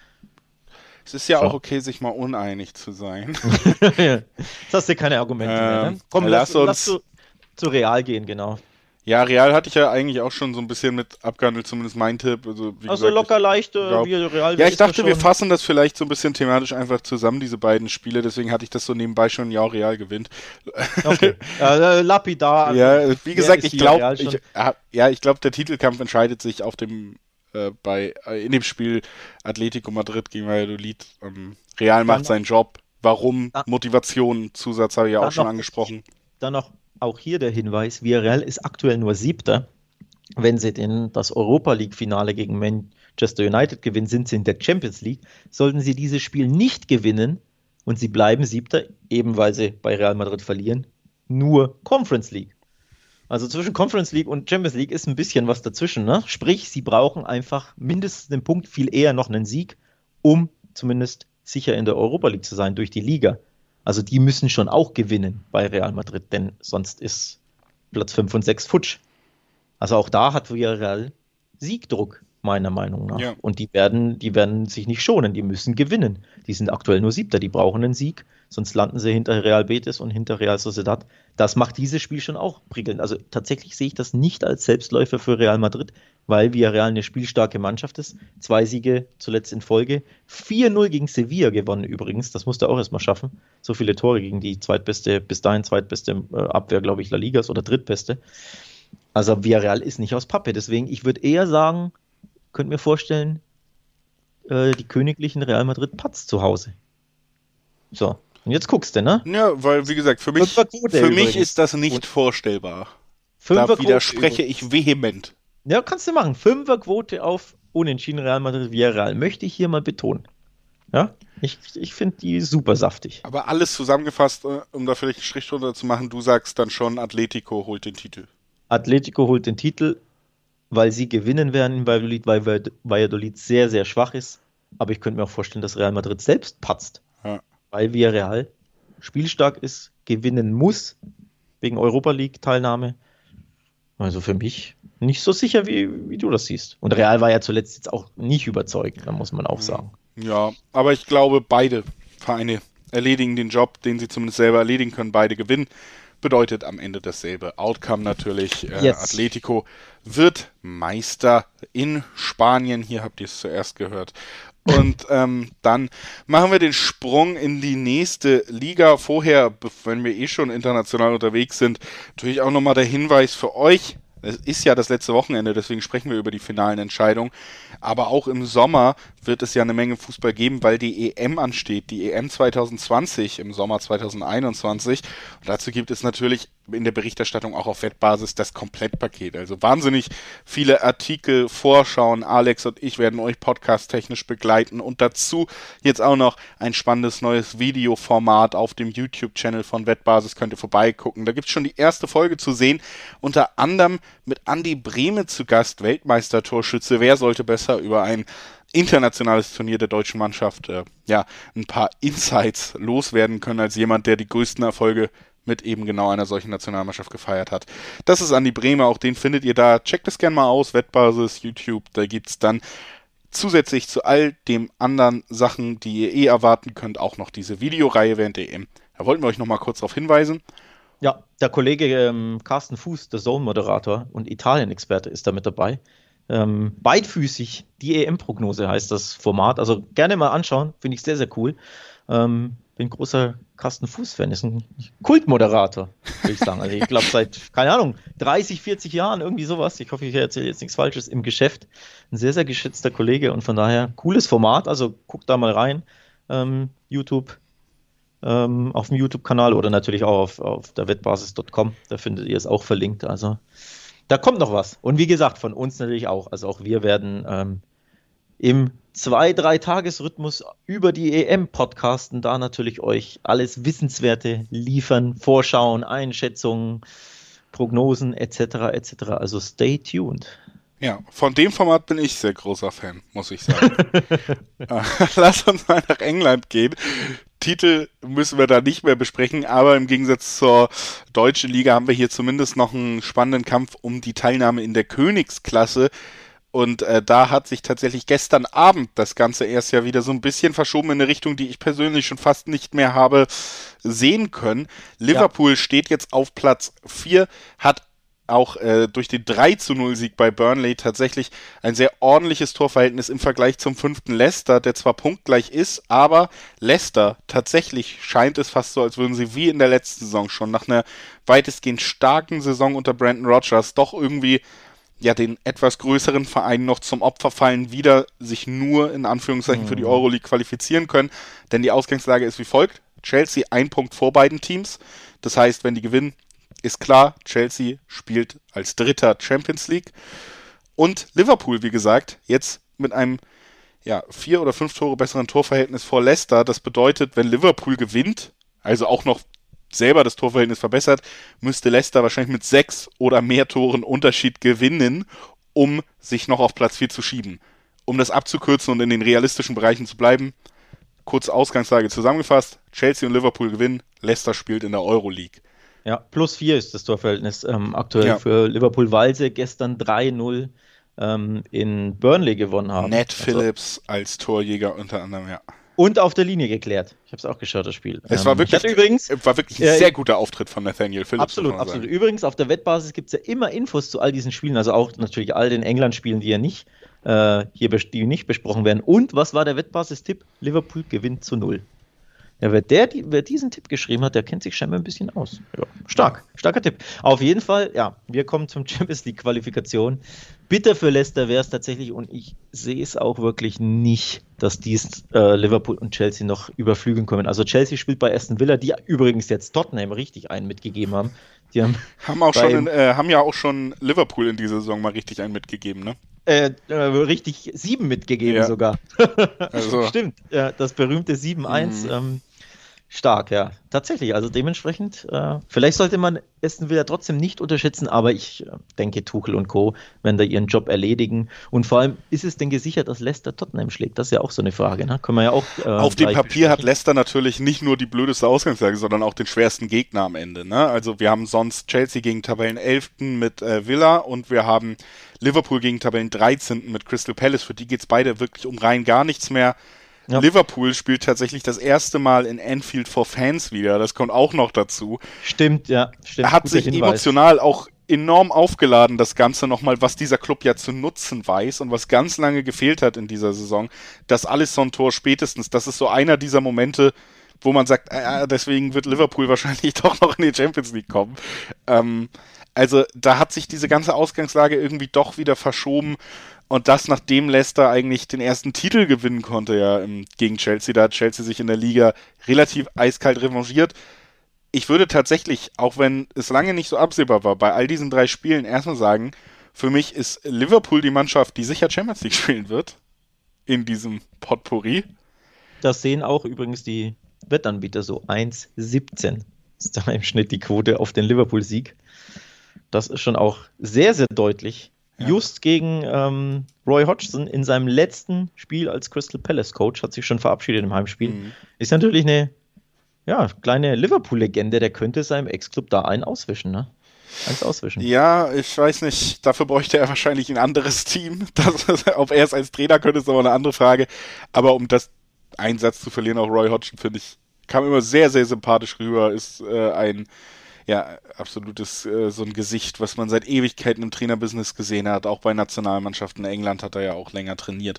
Es ist ja auch okay, sich mal uneinig zu sein. Jetzt hast du keine Argumente mehr, ne? Komm, lass uns zu Real gehen, genau. Ja, Real hatte ich ja eigentlich auch schon so ein bisschen mit abgehandelt, zumindest mein Tipp. Also, wie gesagt, locker leicht, wie Real. Ja, ich dachte, wir fassen das vielleicht so ein bisschen thematisch einfach zusammen, diese beiden Spiele. Deswegen hatte ich das so nebenbei schon, ja, Real gewinnt. Okay, lapidar. Ja, wie gesagt, ich glaube, der Titelkampf entscheidet sich auf dem in dem Spiel Atletico Madrid gegen Valladolid. Real macht seinen Job. Warum? Motivation, Zusatz habe ich ja auch schon angesprochen. Dann noch auch hier der Hinweis, Villarreal ist aktuell nur 7. Wenn sie das Europa-League-Finale gegen Manchester United gewinnen, sind sie in der Champions League. Sollten sie dieses Spiel nicht gewinnen und sie bleiben 7., eben weil sie bei Real Madrid verlieren, nur Conference League. Also zwischen Conference League und Champions League ist ein bisschen was dazwischen, ne? Sprich, sie brauchen einfach mindestens einen Punkt, viel eher noch einen Sieg, um zumindest sicher in der Europa League zu sein durch die Liga. Also die müssen schon auch gewinnen bei Real Madrid, denn sonst ist Platz 5 und 6 futsch. Also auch da hat Villarreal Siegdruck. meiner Meinung nach. Ja. Und die werden sich nicht schonen, die müssen gewinnen. Die sind aktuell nur Siebter, die brauchen einen Sieg, sonst landen sie hinter Real Betis und hinter Real Sociedad. Das macht dieses Spiel schon auch prickelnd. Also tatsächlich sehe ich das nicht als Selbstläufer für Real Madrid, weil Villarreal eine spielstarke Mannschaft ist. 2 Siege zuletzt in Folge. 4-0 gegen Sevilla gewonnen übrigens. Das musste er auch erstmal schaffen. So viele Tore gegen die bis dahin zweitbeste Abwehr, glaube ich, La Ligas oder drittbeste. Also Villarreal ist nicht aus Pappe. Deswegen, ich würde eher sagen, könnte mir vorstellen, die Königlichen Real Madrid patzt zu Hause. So, und jetzt guckst du, ne? Ja, weil, wie gesagt, für mich ist das nicht vorstellbar. Da widerspreche ich vehement. Ja, kannst du machen. 5er-Quote auf Unentschieden Real Madrid Villarreal. Möchte ich hier mal betonen. Ja, ich finde die super saftig. Aber alles zusammengefasst, um da vielleicht einen Strich drunter zu machen, du sagst dann schon, Atletico holt den Titel. Atletico holt den Titel, weil sie gewinnen werden in Valladolid, weil Valladolid sehr, sehr schwach ist. Aber ich könnte mir auch vorstellen, dass Real Madrid selbst patzt. Ja. Weil Villarreal spielstark ist, gewinnen muss, wegen Europa League-Teilnahme. Also für mich nicht so sicher, wie du das siehst. Und Real war ja zuletzt jetzt auch nicht überzeugend, da muss man auch sagen. Ja, aber ich glaube, beide Vereine erledigen den Job, den sie zumindest selber erledigen können. Beide gewinnen. Bedeutet am Ende dasselbe Outcome natürlich. Yes. Atletico wird Meister in Spanien. Hier habt ihr es zuerst gehört. Und dann machen wir den Sprung in die nächste Liga. Vorher, wenn wir eh schon international unterwegs sind, natürlich auch nochmal der Hinweis für euch. Es ist ja das letzte Wochenende, deswegen sprechen wir über die finalen Entscheidungen. Aber auch im Sommer wird es ja eine Menge Fußball geben, weil die EM ansteht. Die EM 2020 im Sommer 2021. Und dazu gibt es natürlich in der Berichterstattung auch auf Wettbasis das Komplettpaket. Also wahnsinnig viele Artikel, Vorschauen. Alex und ich werden euch podcast-technisch begleiten. Und dazu jetzt auch noch ein spannendes neues Videoformat auf dem YouTube-Channel von Wettbasis. Könnt ihr vorbeigucken. Da gibt es schon die erste Folge zu sehen. Unter anderem mit Andi Brehme zu Gast, Weltmeister-Torschütze. Wer sollte besser über ein internationales Turnier der deutschen Mannschaft ein paar Insights loswerden können als jemand, der die größten Erfolge mit eben genau einer solchen Nationalmannschaft gefeiert hat. Das ist Andi Brehme, auch den findet ihr da. Checkt es gerne mal aus, Wettbasis, YouTube, da gibt's dann zusätzlich zu all den anderen Sachen, die ihr erwarten könnt, auch noch diese Videoreihe während der EM. Da wollten wir euch nochmal kurz darauf hinweisen. Ja, der Kollege Carsten Fuß, der Zone-Moderator und Italien-Experte, ist da mit dabei. Beidfüßig, die EM-Prognose heißt das Format. Also gerne mal anschauen, finde ich sehr, sehr cool. Bin großer Carsten Fuß-Fan, ist ein Kultmoderator, würde ich sagen. Also ich glaube seit, keine Ahnung, 30, 40 Jahren, irgendwie sowas. Ich hoffe, ich erzähle jetzt nichts Falsches im Geschäft. Ein sehr, sehr geschätzter Kollege und von daher cooles Format. Also guckt da mal rein. YouTube, auf dem YouTube-Kanal oder natürlich auch auf der wettbasis.com. Da findet ihr es auch verlinkt. Also da kommt noch was. Und wie gesagt, von uns natürlich auch. Also auch wir werden im 2-3 Tagesrhythmus über die EM podcasten, da natürlich euch alles Wissenswerte liefern, Vorschauen, Einschätzungen, Prognosen etc. etc. Also stay tuned. Ja, von dem Format bin ich sehr großer Fan, muss ich sagen. Lass uns mal nach England gehen. Titel müssen wir da nicht mehr besprechen, aber im Gegensatz zur deutschen Liga haben wir hier zumindest noch einen spannenden Kampf um die Teilnahme in der Königsklasse. Und da hat sich tatsächlich gestern Abend das Ganze erst ja wieder so ein bisschen verschoben in eine Richtung, die ich persönlich schon fast nicht mehr habe sehen können. Liverpool steht jetzt auf Platz 4, hat auch durch den 3-0-Sieg bei Burnley tatsächlich ein sehr ordentliches Torverhältnis im Vergleich zum 5. Leicester, der zwar punktgleich ist, aber Leicester tatsächlich scheint es fast so, als würden sie wie in der letzten Saison schon nach einer weitestgehend starken Saison unter Brendan Rodgers doch irgendwie den etwas größeren Vereinen noch zum Opfer fallen, wieder sich nur in Anführungszeichen für die Euroleague qualifizieren können, denn die Ausgangslage ist wie folgt: Chelsea 1 Punkt vor beiden Teams, das heißt, wenn die gewinnen, ist klar, Chelsea spielt als Dritter Champions League. Und Liverpool, wie gesagt, jetzt mit einem 4 oder 5 Tore besseren Torverhältnis vor Leicester. Das bedeutet, wenn Liverpool gewinnt, also auch noch selber das Torverhältnis verbessert, müsste Leicester wahrscheinlich mit 6 oder mehr Toren Unterschied gewinnen, um sich noch auf Platz 4 zu schieben. Um das abzukürzen und in den realistischen Bereichen zu bleiben, kurz Ausgangslage zusammengefasst: Chelsea und Liverpool gewinnen, Leicester spielt in der Euroleague. Ja, +4 ist das Torverhältnis aktuell für Liverpool, weil sie gestern 3-0 in Burnley gewonnen haben. Ned Phillips als Torjäger unter anderem, ja. Und auf der Linie geklärt. Ich habe es auch geschaut, das Spiel. Es war wirklich, ein sehr guter Auftritt von Nathaniel Phillips. Absolut, absolut. Übrigens, auf der Wettbasis gibt es ja immer Infos zu all diesen Spielen, also auch natürlich all den England-Spielen, die ja nicht die nicht besprochen werden. Und was war der Wettbasis-Tipp? Liverpool gewinnt zu 0. Ja, wer diesen Tipp geschrieben hat, der kennt sich scheinbar ein bisschen aus. Ja, starker Tipp. Auf jeden Fall, ja, wir kommen zum Champions League Qualifikation. Bitter für Leicester wäre es tatsächlich, und ich sehe es auch wirklich nicht, dass dies Liverpool und Chelsea noch überflügeln können. Also Chelsea spielt bei Aston Villa, die übrigens jetzt Tottenham richtig einen mitgegeben haben. Die haben ja auch schon Liverpool in dieser Saison mal richtig einen mitgegeben, ne? Richtig 7 mitgegeben sogar. Also. Stimmt, das berühmte 7-1. Stark, ja. Tatsächlich, also dementsprechend, vielleicht sollte man Aston Villa trotzdem nicht unterschätzen, aber ich denke, Tuchel und Co. werden da ihren Job erledigen. Und vor allem, ist es denn gesichert, dass Leicester Tottenham schlägt? Das ist ja auch so eine Frage, ne? Können wir ja auch auf dem Papier hat Leicester natürlich nicht nur die blödeste Ausgangslage, sondern auch den schwersten Gegner am Ende, ne? Also wir haben sonst Chelsea gegen Tabellen 11. mit Villa und wir haben Liverpool gegen Tabellen 13. mit Crystal Palace. Für die geht es beide wirklich um rein gar nichts mehr. Ja. Liverpool spielt tatsächlich das erste Mal in Anfield vor Fans wieder. Das kommt auch noch dazu. Stimmt, ja. Stimmt. Hat sich emotional auch enorm aufgeladen, das Ganze nochmal, was dieser Club ja zu nutzen weiß und was ganz lange gefehlt hat in dieser Saison. Das Alisson-Tor spätestens, das ist so einer dieser Momente, wo man sagt, deswegen wird Liverpool wahrscheinlich doch noch in die Champions League kommen. Also da hat sich diese ganze Ausgangslage irgendwie doch wieder verschoben. Und das, nachdem Leicester eigentlich den ersten Titel gewinnen konnte, ja, gegen Chelsea. Da hat Chelsea sich in der Liga relativ eiskalt revanchiert. Ich würde tatsächlich, auch wenn es lange nicht so absehbar war, bei all diesen 3 Spielen erstmal sagen, für mich ist Liverpool die Mannschaft, die sicher Champions League spielen wird. In diesem Potpourri. Das sehen auch übrigens die Wettanbieter so. 1,17 ist da im Schnitt die Quote auf den Liverpool-Sieg. Das ist schon auch sehr, sehr deutlich. Ja. Just gegen Roy Hodgson in seinem letzten Spiel als Crystal Palace Coach, hat sich schon verabschiedet im Heimspiel. Ist natürlich eine kleine Liverpool-Legende, der könnte seinem Ex-Club da einen auswischen, ne? Eins auswischen. Ja, ich weiß nicht, dafür bräuchte er wahrscheinlich ein anderes Team. Ob er es als Trainer könnte, ist aber eine andere Frage. Aber um das Einsatz zu verlieren, auch Roy Hodgson, finde ich, kam immer sehr, sehr sympathisch rüber, ist ein absolutes so ein Gesicht, was man seit Ewigkeiten im Trainerbusiness gesehen hat. Auch bei Nationalmannschaften in England hat er ja auch länger trainiert.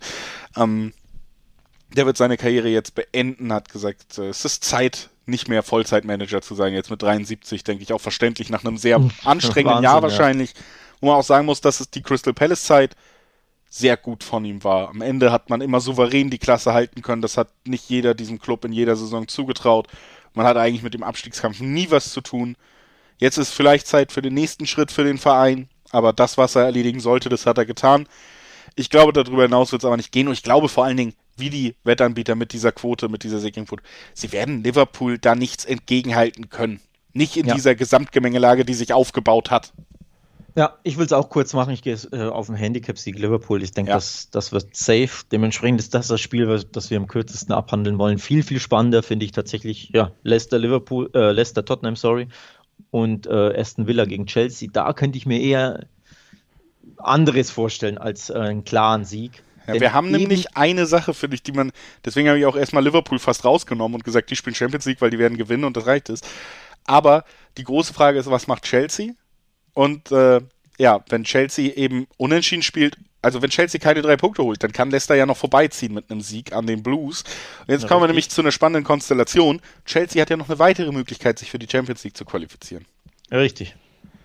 Der wird seine Karriere jetzt beenden, hat gesagt, es ist Zeit, nicht mehr Vollzeitmanager zu sein. Jetzt mit 73, denke ich, auch verständlich, nach einem sehr anstrengenden Jahr wahrscheinlich. Wo man auch sagen muss, dass es die Crystal Palace-Zeit sehr gut von ihm war. Am Ende hat man immer souverän die Klasse halten können. Das hat nicht jeder diesem Club in jeder Saison zugetraut. Man hat eigentlich mit dem Abstiegskampf nie was zu tun. Jetzt ist vielleicht Zeit für den nächsten Schritt für den Verein, aber das, was er erledigen sollte, das hat er getan. Ich glaube, darüber hinaus wird es aber nicht gehen und ich glaube vor allen Dingen, wie die Wettanbieter mit dieser Quote, mit dieser Seeking-Quote, sie werden Liverpool da nichts entgegenhalten können. Nicht in dieser Gesamtgemengelage, die sich aufgebaut hat. Ja, ich will es auch kurz machen. Ich gehe auf den Handicap-Sieg Liverpool. Ich denke, das wird safe. Dementsprechend ist das Spiel, das wir am kürzesten abhandeln wollen. Viel, viel spannender finde ich tatsächlich, Leicester-Tottenham, und Aston Villa gegen Chelsea. Da könnte ich mir eher anderes vorstellen als einen klaren Sieg. Ja, wir haben nämlich eine Sache, finde ich, deswegen habe ich auch erstmal Liverpool fast rausgenommen und gesagt, die spielen Champions League, weil die werden gewinnen und das reicht es. Aber die große Frage ist, was macht Chelsea? Und wenn Chelsea eben unentschieden spielt, also wenn Chelsea keine 3 Punkte holt, dann kann Leicester ja noch vorbeiziehen mit einem Sieg an den Blues. Und jetzt kommen wir nämlich zu einer spannenden Konstellation. Chelsea hat ja noch eine weitere Möglichkeit, sich für die Champions League zu qualifizieren. Richtig.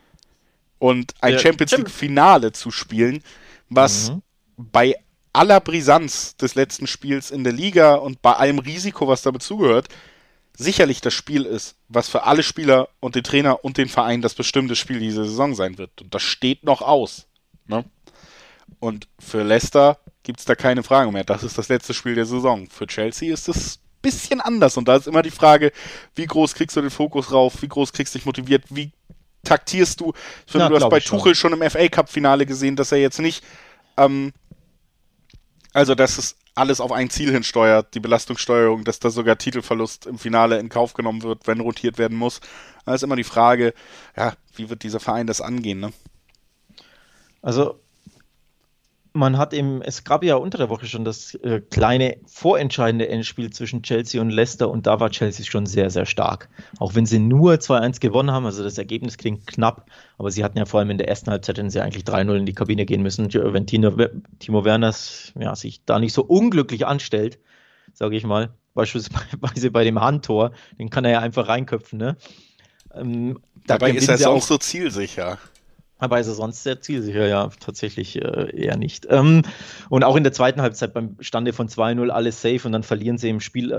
Und ein Champions League-Finale zu spielen, was bei aller Brisanz des letzten Spiels in der Liga und bei allem Risiko, was damit zugehört, sicherlich das Spiel ist, was für alle Spieler und den Trainer und den Verein das bestimmte Spiel dieser Saison sein wird. Und das steht noch aus. Ne? Und für Leicester gibt es da keine Frage mehr. Das ist das letzte Spiel der Saison. Für Chelsea ist es ein bisschen anders. Und da ist immer die Frage, wie groß kriegst du den Fokus rauf, wie groß kriegst du dich motiviert, wie taktierst du? Ich finde, du hast bei Tuchel schon im FA-Cup-Finale gesehen, dass er jetzt nicht dass es alles auf ein Ziel hinsteuert, die Belastungssteuerung, dass da sogar Titelverlust im Finale in Kauf genommen wird, wenn rotiert werden muss. Da ist immer die Frage, wie wird dieser Verein das angehen, ne? Also, Es gab ja unter der Woche schon das kleine vorentscheidende Endspiel zwischen Chelsea und Leicester und da war Chelsea schon sehr, sehr stark. Auch wenn sie nur 2-1 gewonnen haben, also das Ergebnis klingt knapp, aber sie hatten ja vor allem in der ersten Halbzeit, hätten sie eigentlich 3-0 in die Kabine gehen müssen. Wenn Timo Werner sich da nicht so unglücklich anstellt, sage ich mal, beispielsweise bei dem Handtor, den kann er ja einfach reinköpfen, ne? Da Dabei ist gewinnen er sie sonst auch. so zielsicher. Aber ist er sonst sehr zielsicher? Ja, tatsächlich eher nicht. Und auch in der zweiten Halbzeit beim Stande von 2-0 alles safe und dann verlieren sie im Spiel,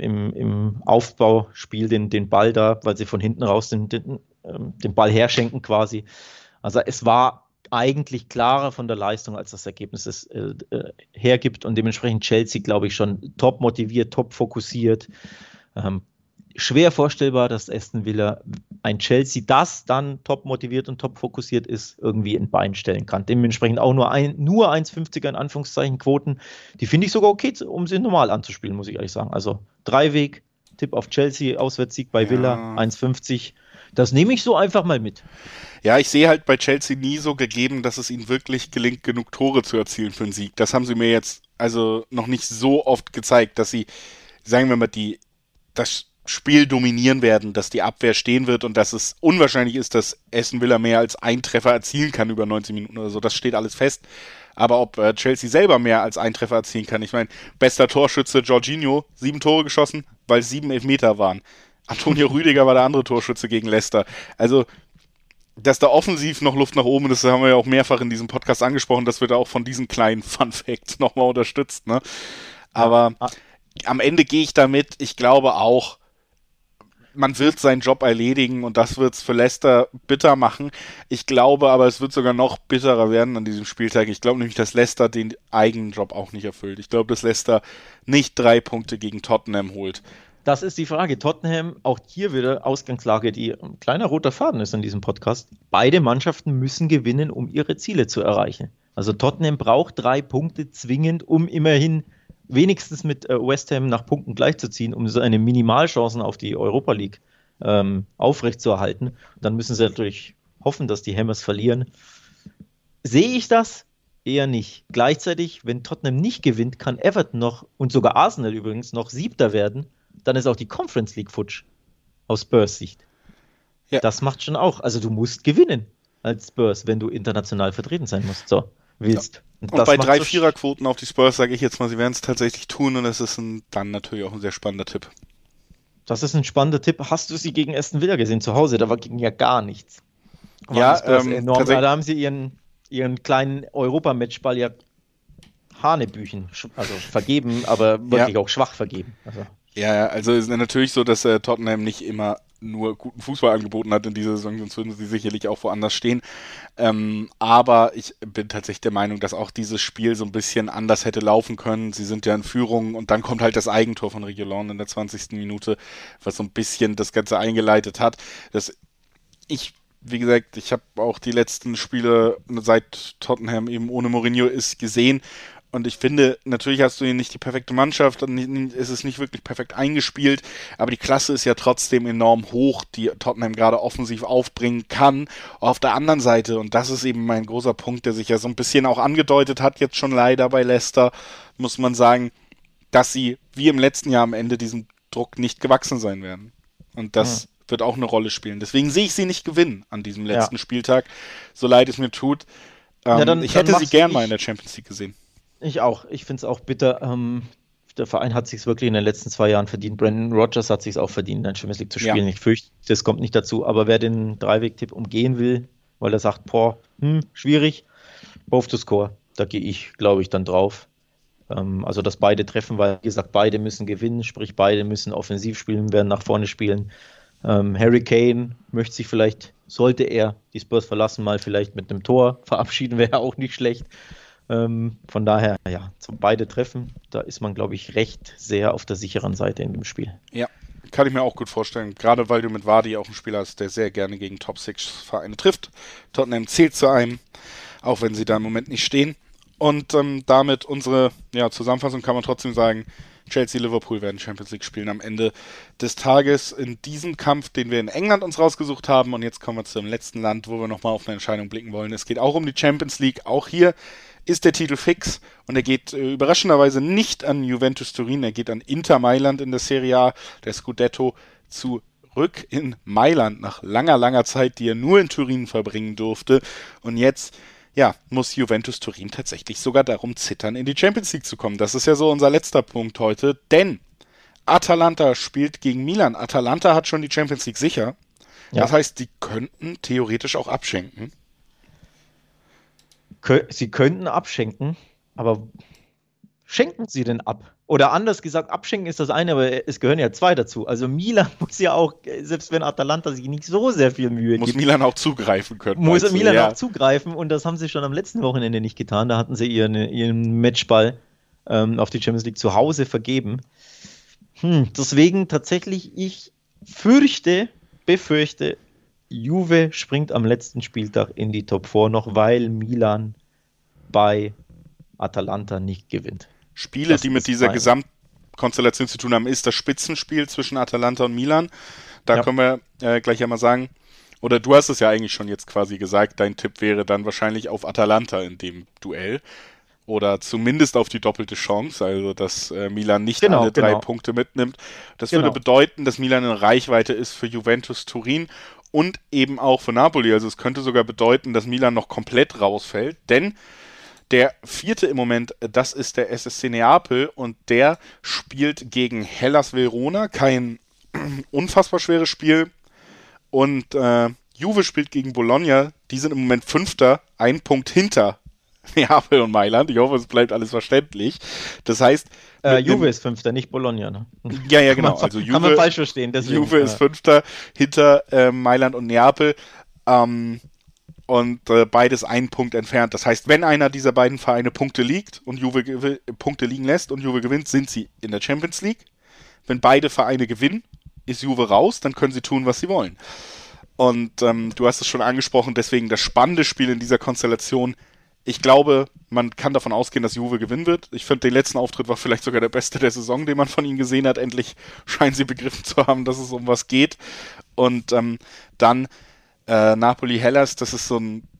im Aufbauspiel den Ball da, weil sie von hinten raus den Ball herschenken quasi. Also es war eigentlich klarer von der Leistung, als das Ergebnis es hergibt und dementsprechend Chelsea, glaube ich, schon top motiviert, top fokussiert. Ähm, Schwer vorstellbar, dass Aston Villa ein Chelsea, das dann top motiviert und top fokussiert ist, irgendwie in Bein stellen kann. Dementsprechend auch nur 1,50er in Anführungszeichen Quoten. Die finde ich sogar okay, um sie normal anzuspielen, muss ich ehrlich sagen. Also Dreiweg, Tipp auf Chelsea, Auswärtssieg bei Villa, Ja. 1,50. Das nehme ich so einfach mal mit. Ja, ich sehe halt bei Chelsea nie so gegeben, dass es ihnen wirklich gelingt, genug Tore zu erzielen für einen Sieg. Das haben sie mir jetzt also noch nicht so oft gezeigt, dass sie, sagen wir mal, das Spiel dominieren werden, dass die Abwehr stehen wird und dass es unwahrscheinlich ist, dass Aston Villa mehr als einen Treffer erzielen kann über 90 Minuten oder so. Das steht alles fest. Aber ob Chelsea selber mehr als einen Treffer erzielen kann, ich meine, bester Torschütze Jorginho, 7 Tore geschossen, weil es 7 Elfmeter waren. Antonio Rüdiger war der andere Torschütze gegen Leicester. Also dass da offensiv noch Luft nach oben ist, das haben wir ja auch mehrfach in diesem Podcast angesprochen, das wird auch von diesen kleinen Fun Facts nochmal unterstützt, ne? Ja, Aber am Ende gehe ich damit, ich glaube auch, man wird seinen Job erledigen und das wird es für Leicester bitter machen. Ich glaube aber, es wird sogar noch bitterer werden an diesem Spieltag. Ich glaube nämlich, dass Leicester den eigenen Job auch nicht erfüllt. Ich glaube, dass Leicester nicht 3 Punkte gegen Tottenham holt. das ist die Frage. Tottenham, auch hier wieder Ausgangslage, die ein kleiner roter Faden ist in diesem Podcast. Beide Mannschaften müssen gewinnen, um ihre Ziele zu erreichen. Also Tottenham braucht 3 Punkte zwingend, um immerhin wenigstens mit West Ham nach Punkten gleichzuziehen, um so eine Minimalchancen auf die Europa League aufrechtzuerhalten. Dann müssen sie natürlich hoffen, dass die Hammers verlieren. Sehe ich das? Eher nicht. Gleichzeitig, wenn Tottenham nicht gewinnt, kann Everton noch und sogar Arsenal übrigens noch Siebter werden. Dann ist auch die Conference League futsch aus Spurs Sicht. Ja. Das macht schon auch. Also du musst gewinnen als Spurs, wenn du international vertreten sein musst. So, willst. Und das bei macht 3 so Viererquoten auf die Spurs sage ich jetzt mal, sie werden es tatsächlich tun und es ist dann natürlich auch ein sehr spannender Tipp. Das ist ein spannender Tipp. Hast du sie gegen Aston Villa gesehen zu Hause? Da ging ja gar nichts. Ja, Die Spurs enorm. tatsächlich. Da haben sie ihren kleinen Europamatchball ja Hanebüchen, also vergeben, aber wirklich auch schwach vergeben. Also, Ja, also es ist natürlich so, dass Tottenham nicht immer nur guten Fußball angeboten hat in dieser Saison, sonst würden sie sicherlich auch woanders stehen. Aber ich bin tatsächlich der Meinung, dass auch dieses Spiel so ein bisschen anders hätte laufen können. Sie sind ja in Führung und dann kommt halt das Eigentor von Reguilon in der 20. Minute, was so ein bisschen das Ganze eingeleitet hat. Wie gesagt, ich habe auch die letzten Spiele seit Tottenham eben ohne Mourinho ist gesehen. Und ich finde, natürlich hast du hier nicht die perfekte Mannschaft, ist es nicht wirklich perfekt eingespielt, aber die Klasse ist ja trotzdem enorm hoch, die Tottenham gerade offensiv aufbringen kann. Auf der anderen Seite, und das ist eben mein großer Punkt, der sich ja so ein bisschen auch angedeutet hat, jetzt schon leider bei Leicester, muss man sagen, dass sie wie im letzten Jahr am Ende diesem Druck nicht gewachsen sein werden. Und das wird auch eine Rolle spielen. Deswegen sehe ich sie nicht gewinnen an diesem letzten Spieltag, so leid es mir tut. Ich hätte sie gern mal in der Champions League gesehen. Ich auch. Ich finde es auch bitter. Der Verein hat sich wirklich in den letzten 2 Jahren verdient. Brandon Rodgers hat sich auch verdient, in der Champions League zu spielen. Ja. Ich fürchte, das kommt nicht dazu. Aber wer den Dreiweg-Tipp umgehen will, weil er sagt, schwierig, both to score, da gehe ich, glaube ich, dann drauf. Also, dass beide treffen, weil, wie gesagt, beide müssen gewinnen, sprich, beide müssen offensiv spielen, werden nach vorne spielen. Harry Kane möchte sich vielleicht, sollte er die Spurs verlassen, mal vielleicht mit einem Tor verabschieden, wäre auch nicht schlecht. Von daher, ja, beide treffen, da ist man, glaube ich, recht sehr auf der sicheren Seite in dem Spiel. Ja, kann ich mir auch gut vorstellen. Gerade weil du mit Vardy auch einen Spieler hast, der sehr gerne gegen Top-6-Vereine trifft. Tottenham zählt zu einem, auch wenn sie da im Moment nicht stehen. Und damit unsere Zusammenfassung kann man trotzdem sagen, Chelsea-Liverpool werden Champions League spielen am Ende des Tages in diesem Kampf, den wir in England uns rausgesucht haben. Und jetzt kommen wir zum letzten Land, wo wir nochmal auf eine Entscheidung blicken wollen. Es geht auch um die Champions League. Auch hier ist der Titel fix und er geht überraschenderweise nicht an Juventus Turin, er geht an Inter Mailand in der Serie A, der Scudetto zurück in Mailand nach langer, langer Zeit, die er nur in Turin verbringen durfte. Und jetzt, ja, muss Juventus Turin tatsächlich sogar darum zittern, in die Champions League zu kommen. Das ist ja so unser letzter Punkt heute, denn Atalanta spielt gegen Milan. Atalanta hat schon die Champions League sicher. Ja. Das heißt, die könnten theoretisch auch abschenken. Sie könnten abschenken, aber schenken sie denn ab? Oder anders gesagt, abschenken ist das eine, aber es gehören ja zwei dazu. Also Milan muss ja auch, selbst wenn Atalanta sich nicht so sehr viel Mühe gibt. Muss Milan auch zugreifen können. Muss Milan auch zugreifen und das haben sie schon am letzten Wochenende nicht getan. Da hatten sie ihren Matchball auf die Champions League zu Hause vergeben. Deswegen tatsächlich, ich befürchte, Juve springt am letzten Spieltag in die Top 4 noch, weil Milan bei Atalanta nicht gewinnt. Spiele, die mit dieser Gesamtkonstellation zu tun haben, ist das Spitzenspiel zwischen Atalanta und Milan. Da können wir gleich einmal sagen, oder du hast es ja eigentlich schon jetzt quasi gesagt, dein Tipp wäre dann wahrscheinlich auf Atalanta in dem Duell. Oder zumindest auf die doppelte Chance, also dass Milan nicht alle 3 Punkte mitnimmt. Das würde bedeuten, dass Milan in Reichweite ist für Juventus Turin und eben auch für Napoli. Also es könnte sogar bedeuten, dass Milan noch komplett rausfällt, denn der 4. im Moment, das ist der SSC Neapel und der spielt gegen Hellas Verona, kein unfassbar schweres Spiel. Und Juve spielt gegen Bologna, die sind im Moment 5., 1 Punkt hinter Neapel und Mailand. Ich hoffe, es bleibt alles verständlich. Das heißt... Juve ist 5., nicht Bologna. Ne? Ja, genau. Also kann man falsch verstehen. Deswegen, Juve ist 5. hinter Mailand und Neapel. Und beides 1 Punkt entfernt. Das heißt, wenn einer dieser beiden Vereine Punkte liegt und Juve Punkte liegen lässt und Juve gewinnt, sind sie in der Champions League. Wenn beide Vereine gewinnen, ist Juve raus, dann können sie tun, was sie wollen. Und du hast es schon angesprochen, deswegen das spannende Spiel in dieser Konstellation. Ich glaube, man kann davon ausgehen, dass Juve gewinnen wird. Ich finde, der letzten Auftritt war vielleicht sogar der beste der Saison, den man von ihnen gesehen hat. Endlich scheinen sie begriffen zu haben, dass es um was geht. Und dann Napoli-Hellas, das ist so ein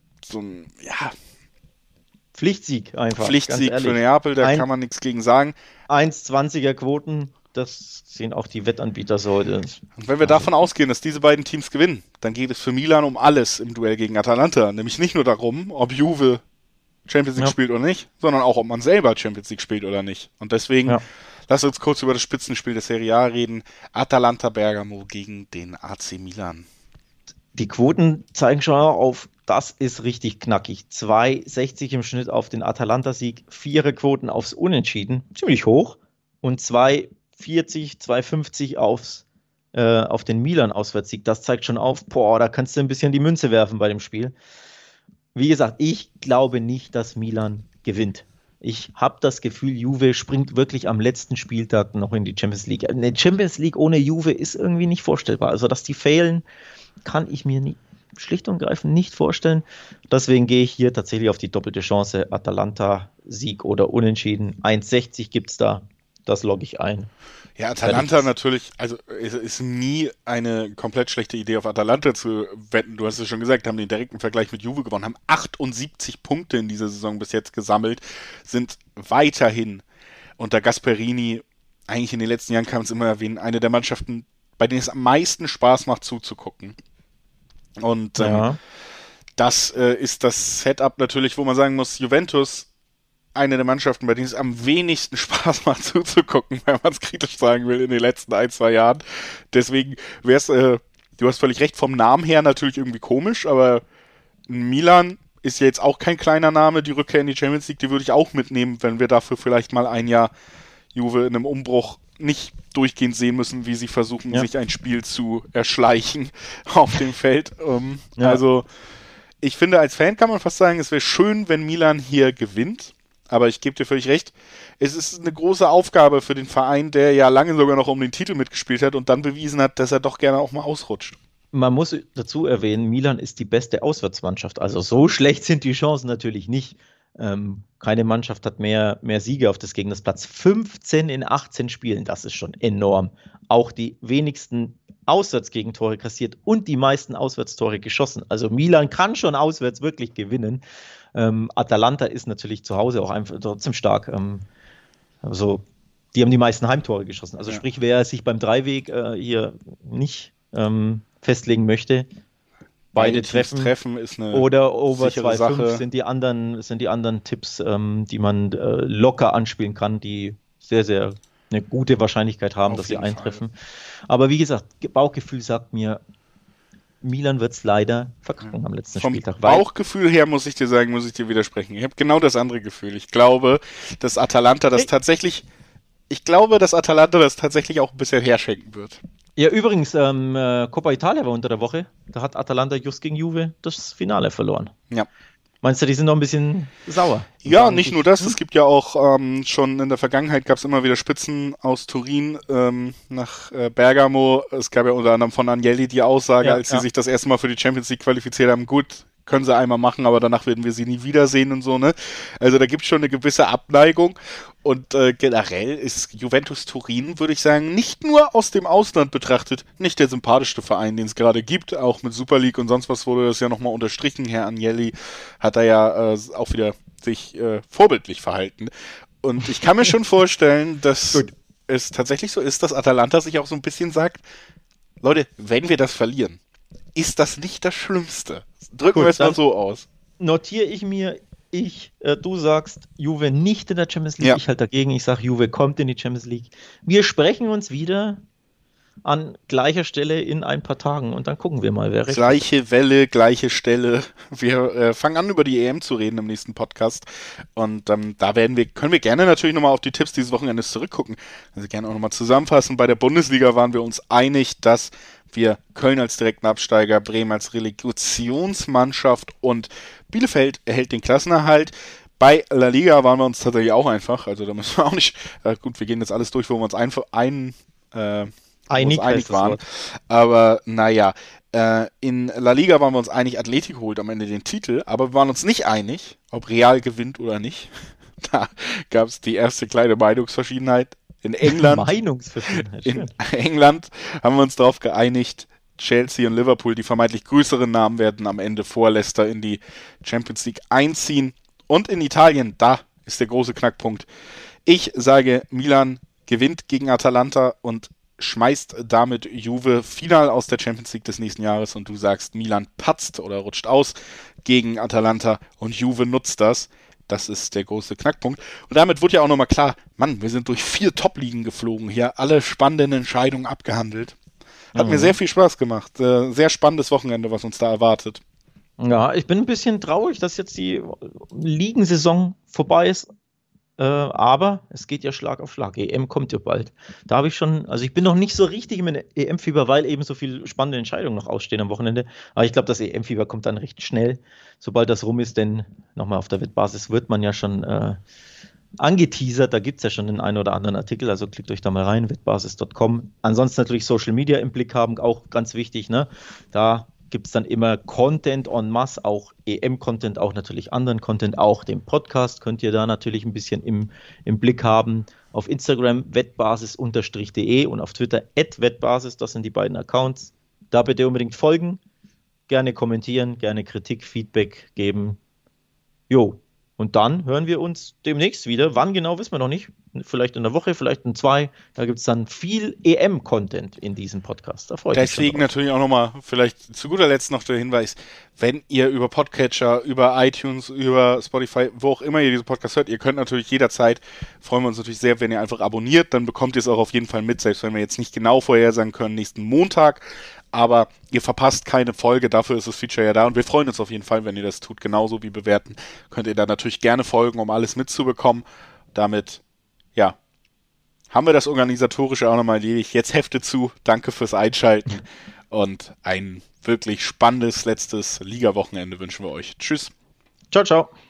Pflichtsieg einfach. Pflichtsieg für Neapel, da kann man nichts gegen sagen. 1,20er Quoten, das sehen auch die Wettanbieter so. Und wenn wir davon ausgehen, dass diese beiden Teams gewinnen, dann geht es für Milan um alles im Duell gegen Atalanta. Nämlich nicht nur darum, ob Juve Champions League spielt oder nicht, sondern auch, ob man selber Champions League spielt oder nicht. Und deswegen, lass uns kurz über das Spitzenspiel der Serie A reden. Atalanta Bergamo gegen den AC Milan. Die Quoten zeigen schon auf, das ist richtig knackig. 2,60 im Schnitt auf den Atalanta-Sieg, 4 Quoten aufs Unentschieden, ziemlich hoch. Und 2,40, 2,50 auf den Milan-Auswärtssieg. Das zeigt schon auf, da kannst du ein bisschen die Münze werfen bei dem Spiel. Wie gesagt, ich glaube nicht, dass Milan gewinnt. Ich habe das Gefühl, Juve springt wirklich am letzten Spieltag noch in die Champions League. Eine Champions League ohne Juve ist irgendwie nicht vorstellbar. Also, dass die fehlen, kann ich mir schlicht und greifend nicht vorstellen. Deswegen gehe ich hier tatsächlich auf die doppelte Chance. Atalanta-Sieg oder Unentschieden. 1,60 gibt es da. Das logge ich ein. Ja, Atalanta natürlich, also es ist nie eine komplett schlechte Idee, auf Atalanta zu wetten. Du hast es schon gesagt, haben den direkten Vergleich mit Juve gewonnen, haben 78 Punkte in dieser Saison bis jetzt gesammelt, sind weiterhin unter Gasperini, eigentlich in den letzten Jahren kann man es immer erwähnen, eine der Mannschaften, bei denen es am meisten Spaß macht zuzugucken. Und das ist das Setup natürlich, wo man sagen muss, Juventus, eine der Mannschaften, bei denen es am wenigsten Spaß macht zuzugucken, wenn man es kritisch sagen will, in den letzten 1-2 Jahren. Deswegen du hast völlig recht, vom Namen her natürlich irgendwie komisch, aber Milan ist ja jetzt auch kein kleiner Name, die Rückkehr in die Champions League, die würde ich auch mitnehmen, wenn wir dafür vielleicht mal ein Jahr Juve in einem Umbruch nicht durchgehend sehen müssen, wie sie versuchen, sich ein Spiel zu erschleichen auf dem Feld. Also ich finde, als Fan kann man fast sagen, es wäre schön, wenn Milan hier gewinnt. Aber ich gebe dir völlig recht, es ist eine große Aufgabe für den Verein, der ja lange sogar noch um den Titel mitgespielt hat und dann bewiesen hat, dass er doch gerne auch mal ausrutscht. Man muss dazu erwähnen, Milan ist die beste Auswärtsmannschaft. Also so schlecht sind die Chancen natürlich nicht. Keine Mannschaft hat mehr Siege auf des Gegners Platz. 15 in 18 Spielen, das ist schon enorm. Auch die wenigsten Auswärtsgegentore kassiert und die meisten Auswärtstore geschossen. Also Milan kann schon auswärts wirklich gewinnen. Atalanta ist natürlich zu Hause auch einfach trotzdem stark. Also die haben die meisten Heimtore geschossen. Also sprich, wer sich beim Dreiweg hier nicht festlegen möchte, beide treffen ist eine oder over sichere 2,5 Sache. sind die anderen Tipps, die man locker anspielen kann, die sehr, sehr eine gute Wahrscheinlichkeit haben, dass sie eintreffen. Aber wie gesagt, Bauchgefühl sagt mir, Milan wird es leider verkacken am letzten Spieltag. Vom Bauchgefühl her muss ich dir widersprechen. Ich habe genau das andere Gefühl. Ich glaube, dass Atalanta das tatsächlich auch ein bisschen herschenken wird. Ja, übrigens, Coppa Italia war unter der Woche. Da hat Atalanta just gegen Juve das Finale verloren. Ja. Meinst du, die sind noch ein bisschen sauer? Ja, nicht nur das. Es gibt ja auch schon in der Vergangenheit gab es immer wieder Spitzen aus Turin nach Bergamo. Es gab ja unter anderem von Agnelli die Aussage, als sie sich das erste Mal für die Champions League qualifiziert haben, gut, können sie einmal machen, aber danach werden wir sie nie wiedersehen und so, ne? Also da gibt es schon eine gewisse Abneigung und generell ist Juventus Turin, würde ich sagen, nicht nur aus dem Ausland betrachtet, nicht der sympathischste Verein, den es gerade gibt, auch mit Super League und sonst was wurde das ja nochmal unterstrichen. Herr Agnelli hat da ja auch wieder sich vorbildlich verhalten und ich kann mir schon vorstellen, dass es tatsächlich so ist, dass Atalanta sich auch so ein bisschen sagt, Leute, wenn wir das verlieren, ist das nicht das Schlimmste. Drücken wir es mal so aus. Notiere ich mir, du sagst Juve nicht in der Champions League, ich halt dagegen, ich sage Juve kommt in die Champions League. Wir sprechen uns wieder an gleicher Stelle in ein paar Tagen und dann gucken wir mal, wer recht hat. Gleiche Welle, gleiche Stelle. Wir fangen an, über die EM zu reden im nächsten Podcast und da können wir gerne natürlich nochmal auf die Tipps dieses Wochenendes zurückgucken. Also gerne auch nochmal zusammenfassen. Bei der Bundesliga waren wir uns einig, dass wir Köln als direkten Absteiger, Bremen als Relegationsmannschaft und Bielefeld erhält den Klassenerhalt. Bei La Liga waren wir uns tatsächlich auch einfach, also da müssen wir auch nicht, gut, wir gehen jetzt alles durch, wo wir uns einig waren. Aber naja, in La Liga waren wir uns einig, Atletico holt am Ende den Titel, aber wir waren uns nicht einig, ob Real gewinnt oder nicht. Da gab es die erste kleine Meinungsverschiedenheit. In England haben wir uns darauf geeinigt, Chelsea und Liverpool, die vermeintlich größeren Namen, werden am Ende vor Leicester in die Champions League einziehen. Und in Italien, da ist der große Knackpunkt. Ich sage, Milan gewinnt gegen Atalanta und schmeißt damit Juve final aus der Champions League des nächsten Jahres. Und du sagst, Milan patzt oder rutscht aus gegen Atalanta und Juve nutzt das. Das ist der große Knackpunkt. Und damit wurde ja auch nochmal klar, Mann, wir sind durch 4 Top-Ligen geflogen hier, alle spannenden Entscheidungen abgehandelt. Hat mir sehr viel Spaß gemacht. Sehr spannendes Wochenende, was uns da erwartet. Ja, ich bin ein bisschen traurig, dass jetzt die Ligensaison vorbei ist. Aber es geht ja Schlag auf Schlag. EM kommt ja bald. Da habe ich schon, also ich bin noch nicht so richtig im EM-Fieber, weil eben so viele spannende Entscheidungen noch ausstehen am Wochenende. Aber ich glaube, das EM-Fieber kommt dann recht schnell, sobald das rum ist, denn nochmal auf der Wettbasis wird man ja schon angeteasert. Da gibt es ja schon den einen oder anderen Artikel, also klickt euch da mal rein, wettbasis.com. Ansonsten natürlich Social Media im Blick haben, auch ganz wichtig, ne? Da gibt es dann immer Content en masse, auch EM-Content, auch natürlich anderen Content, auch den Podcast könnt ihr da natürlich ein bisschen im Blick haben. Auf Instagram wettbasis_de und auf Twitter @wettbasis, das sind die beiden Accounts. Da bitte unbedingt folgen, gerne kommentieren, gerne Kritik, Feedback geben. Jo, und dann hören wir uns demnächst wieder. Wann genau, wissen wir noch nicht. Vielleicht in der Woche, vielleicht in 2. Da gibt es dann viel EM-Content in diesem Podcast. Da freue ich mich. Deswegen natürlich auch nochmal, vielleicht zu guter Letzt noch der Hinweis, wenn ihr über Podcatcher, über iTunes, über Spotify, wo auch immer ihr diesen Podcast hört, ihr könnt natürlich jederzeit, freuen wir uns natürlich sehr, wenn ihr einfach abonniert, dann bekommt ihr es auch auf jeden Fall mit, selbst wenn wir jetzt nicht genau vorhersagen können, nächsten Montag. Aber ihr verpasst keine Folge, dafür ist das Feature ja da und wir freuen uns auf jeden Fall, wenn ihr das tut, genauso wie bewerten. Könnt ihr da natürlich gerne folgen, um alles mitzubekommen. Damit, ja, haben wir das Organisatorische auch nochmal erledigt. Jetzt Hefte zu, danke fürs Einschalten und ein wirklich spannendes letztes Liga-Wochenende wünschen wir euch. Tschüss. Ciao, ciao.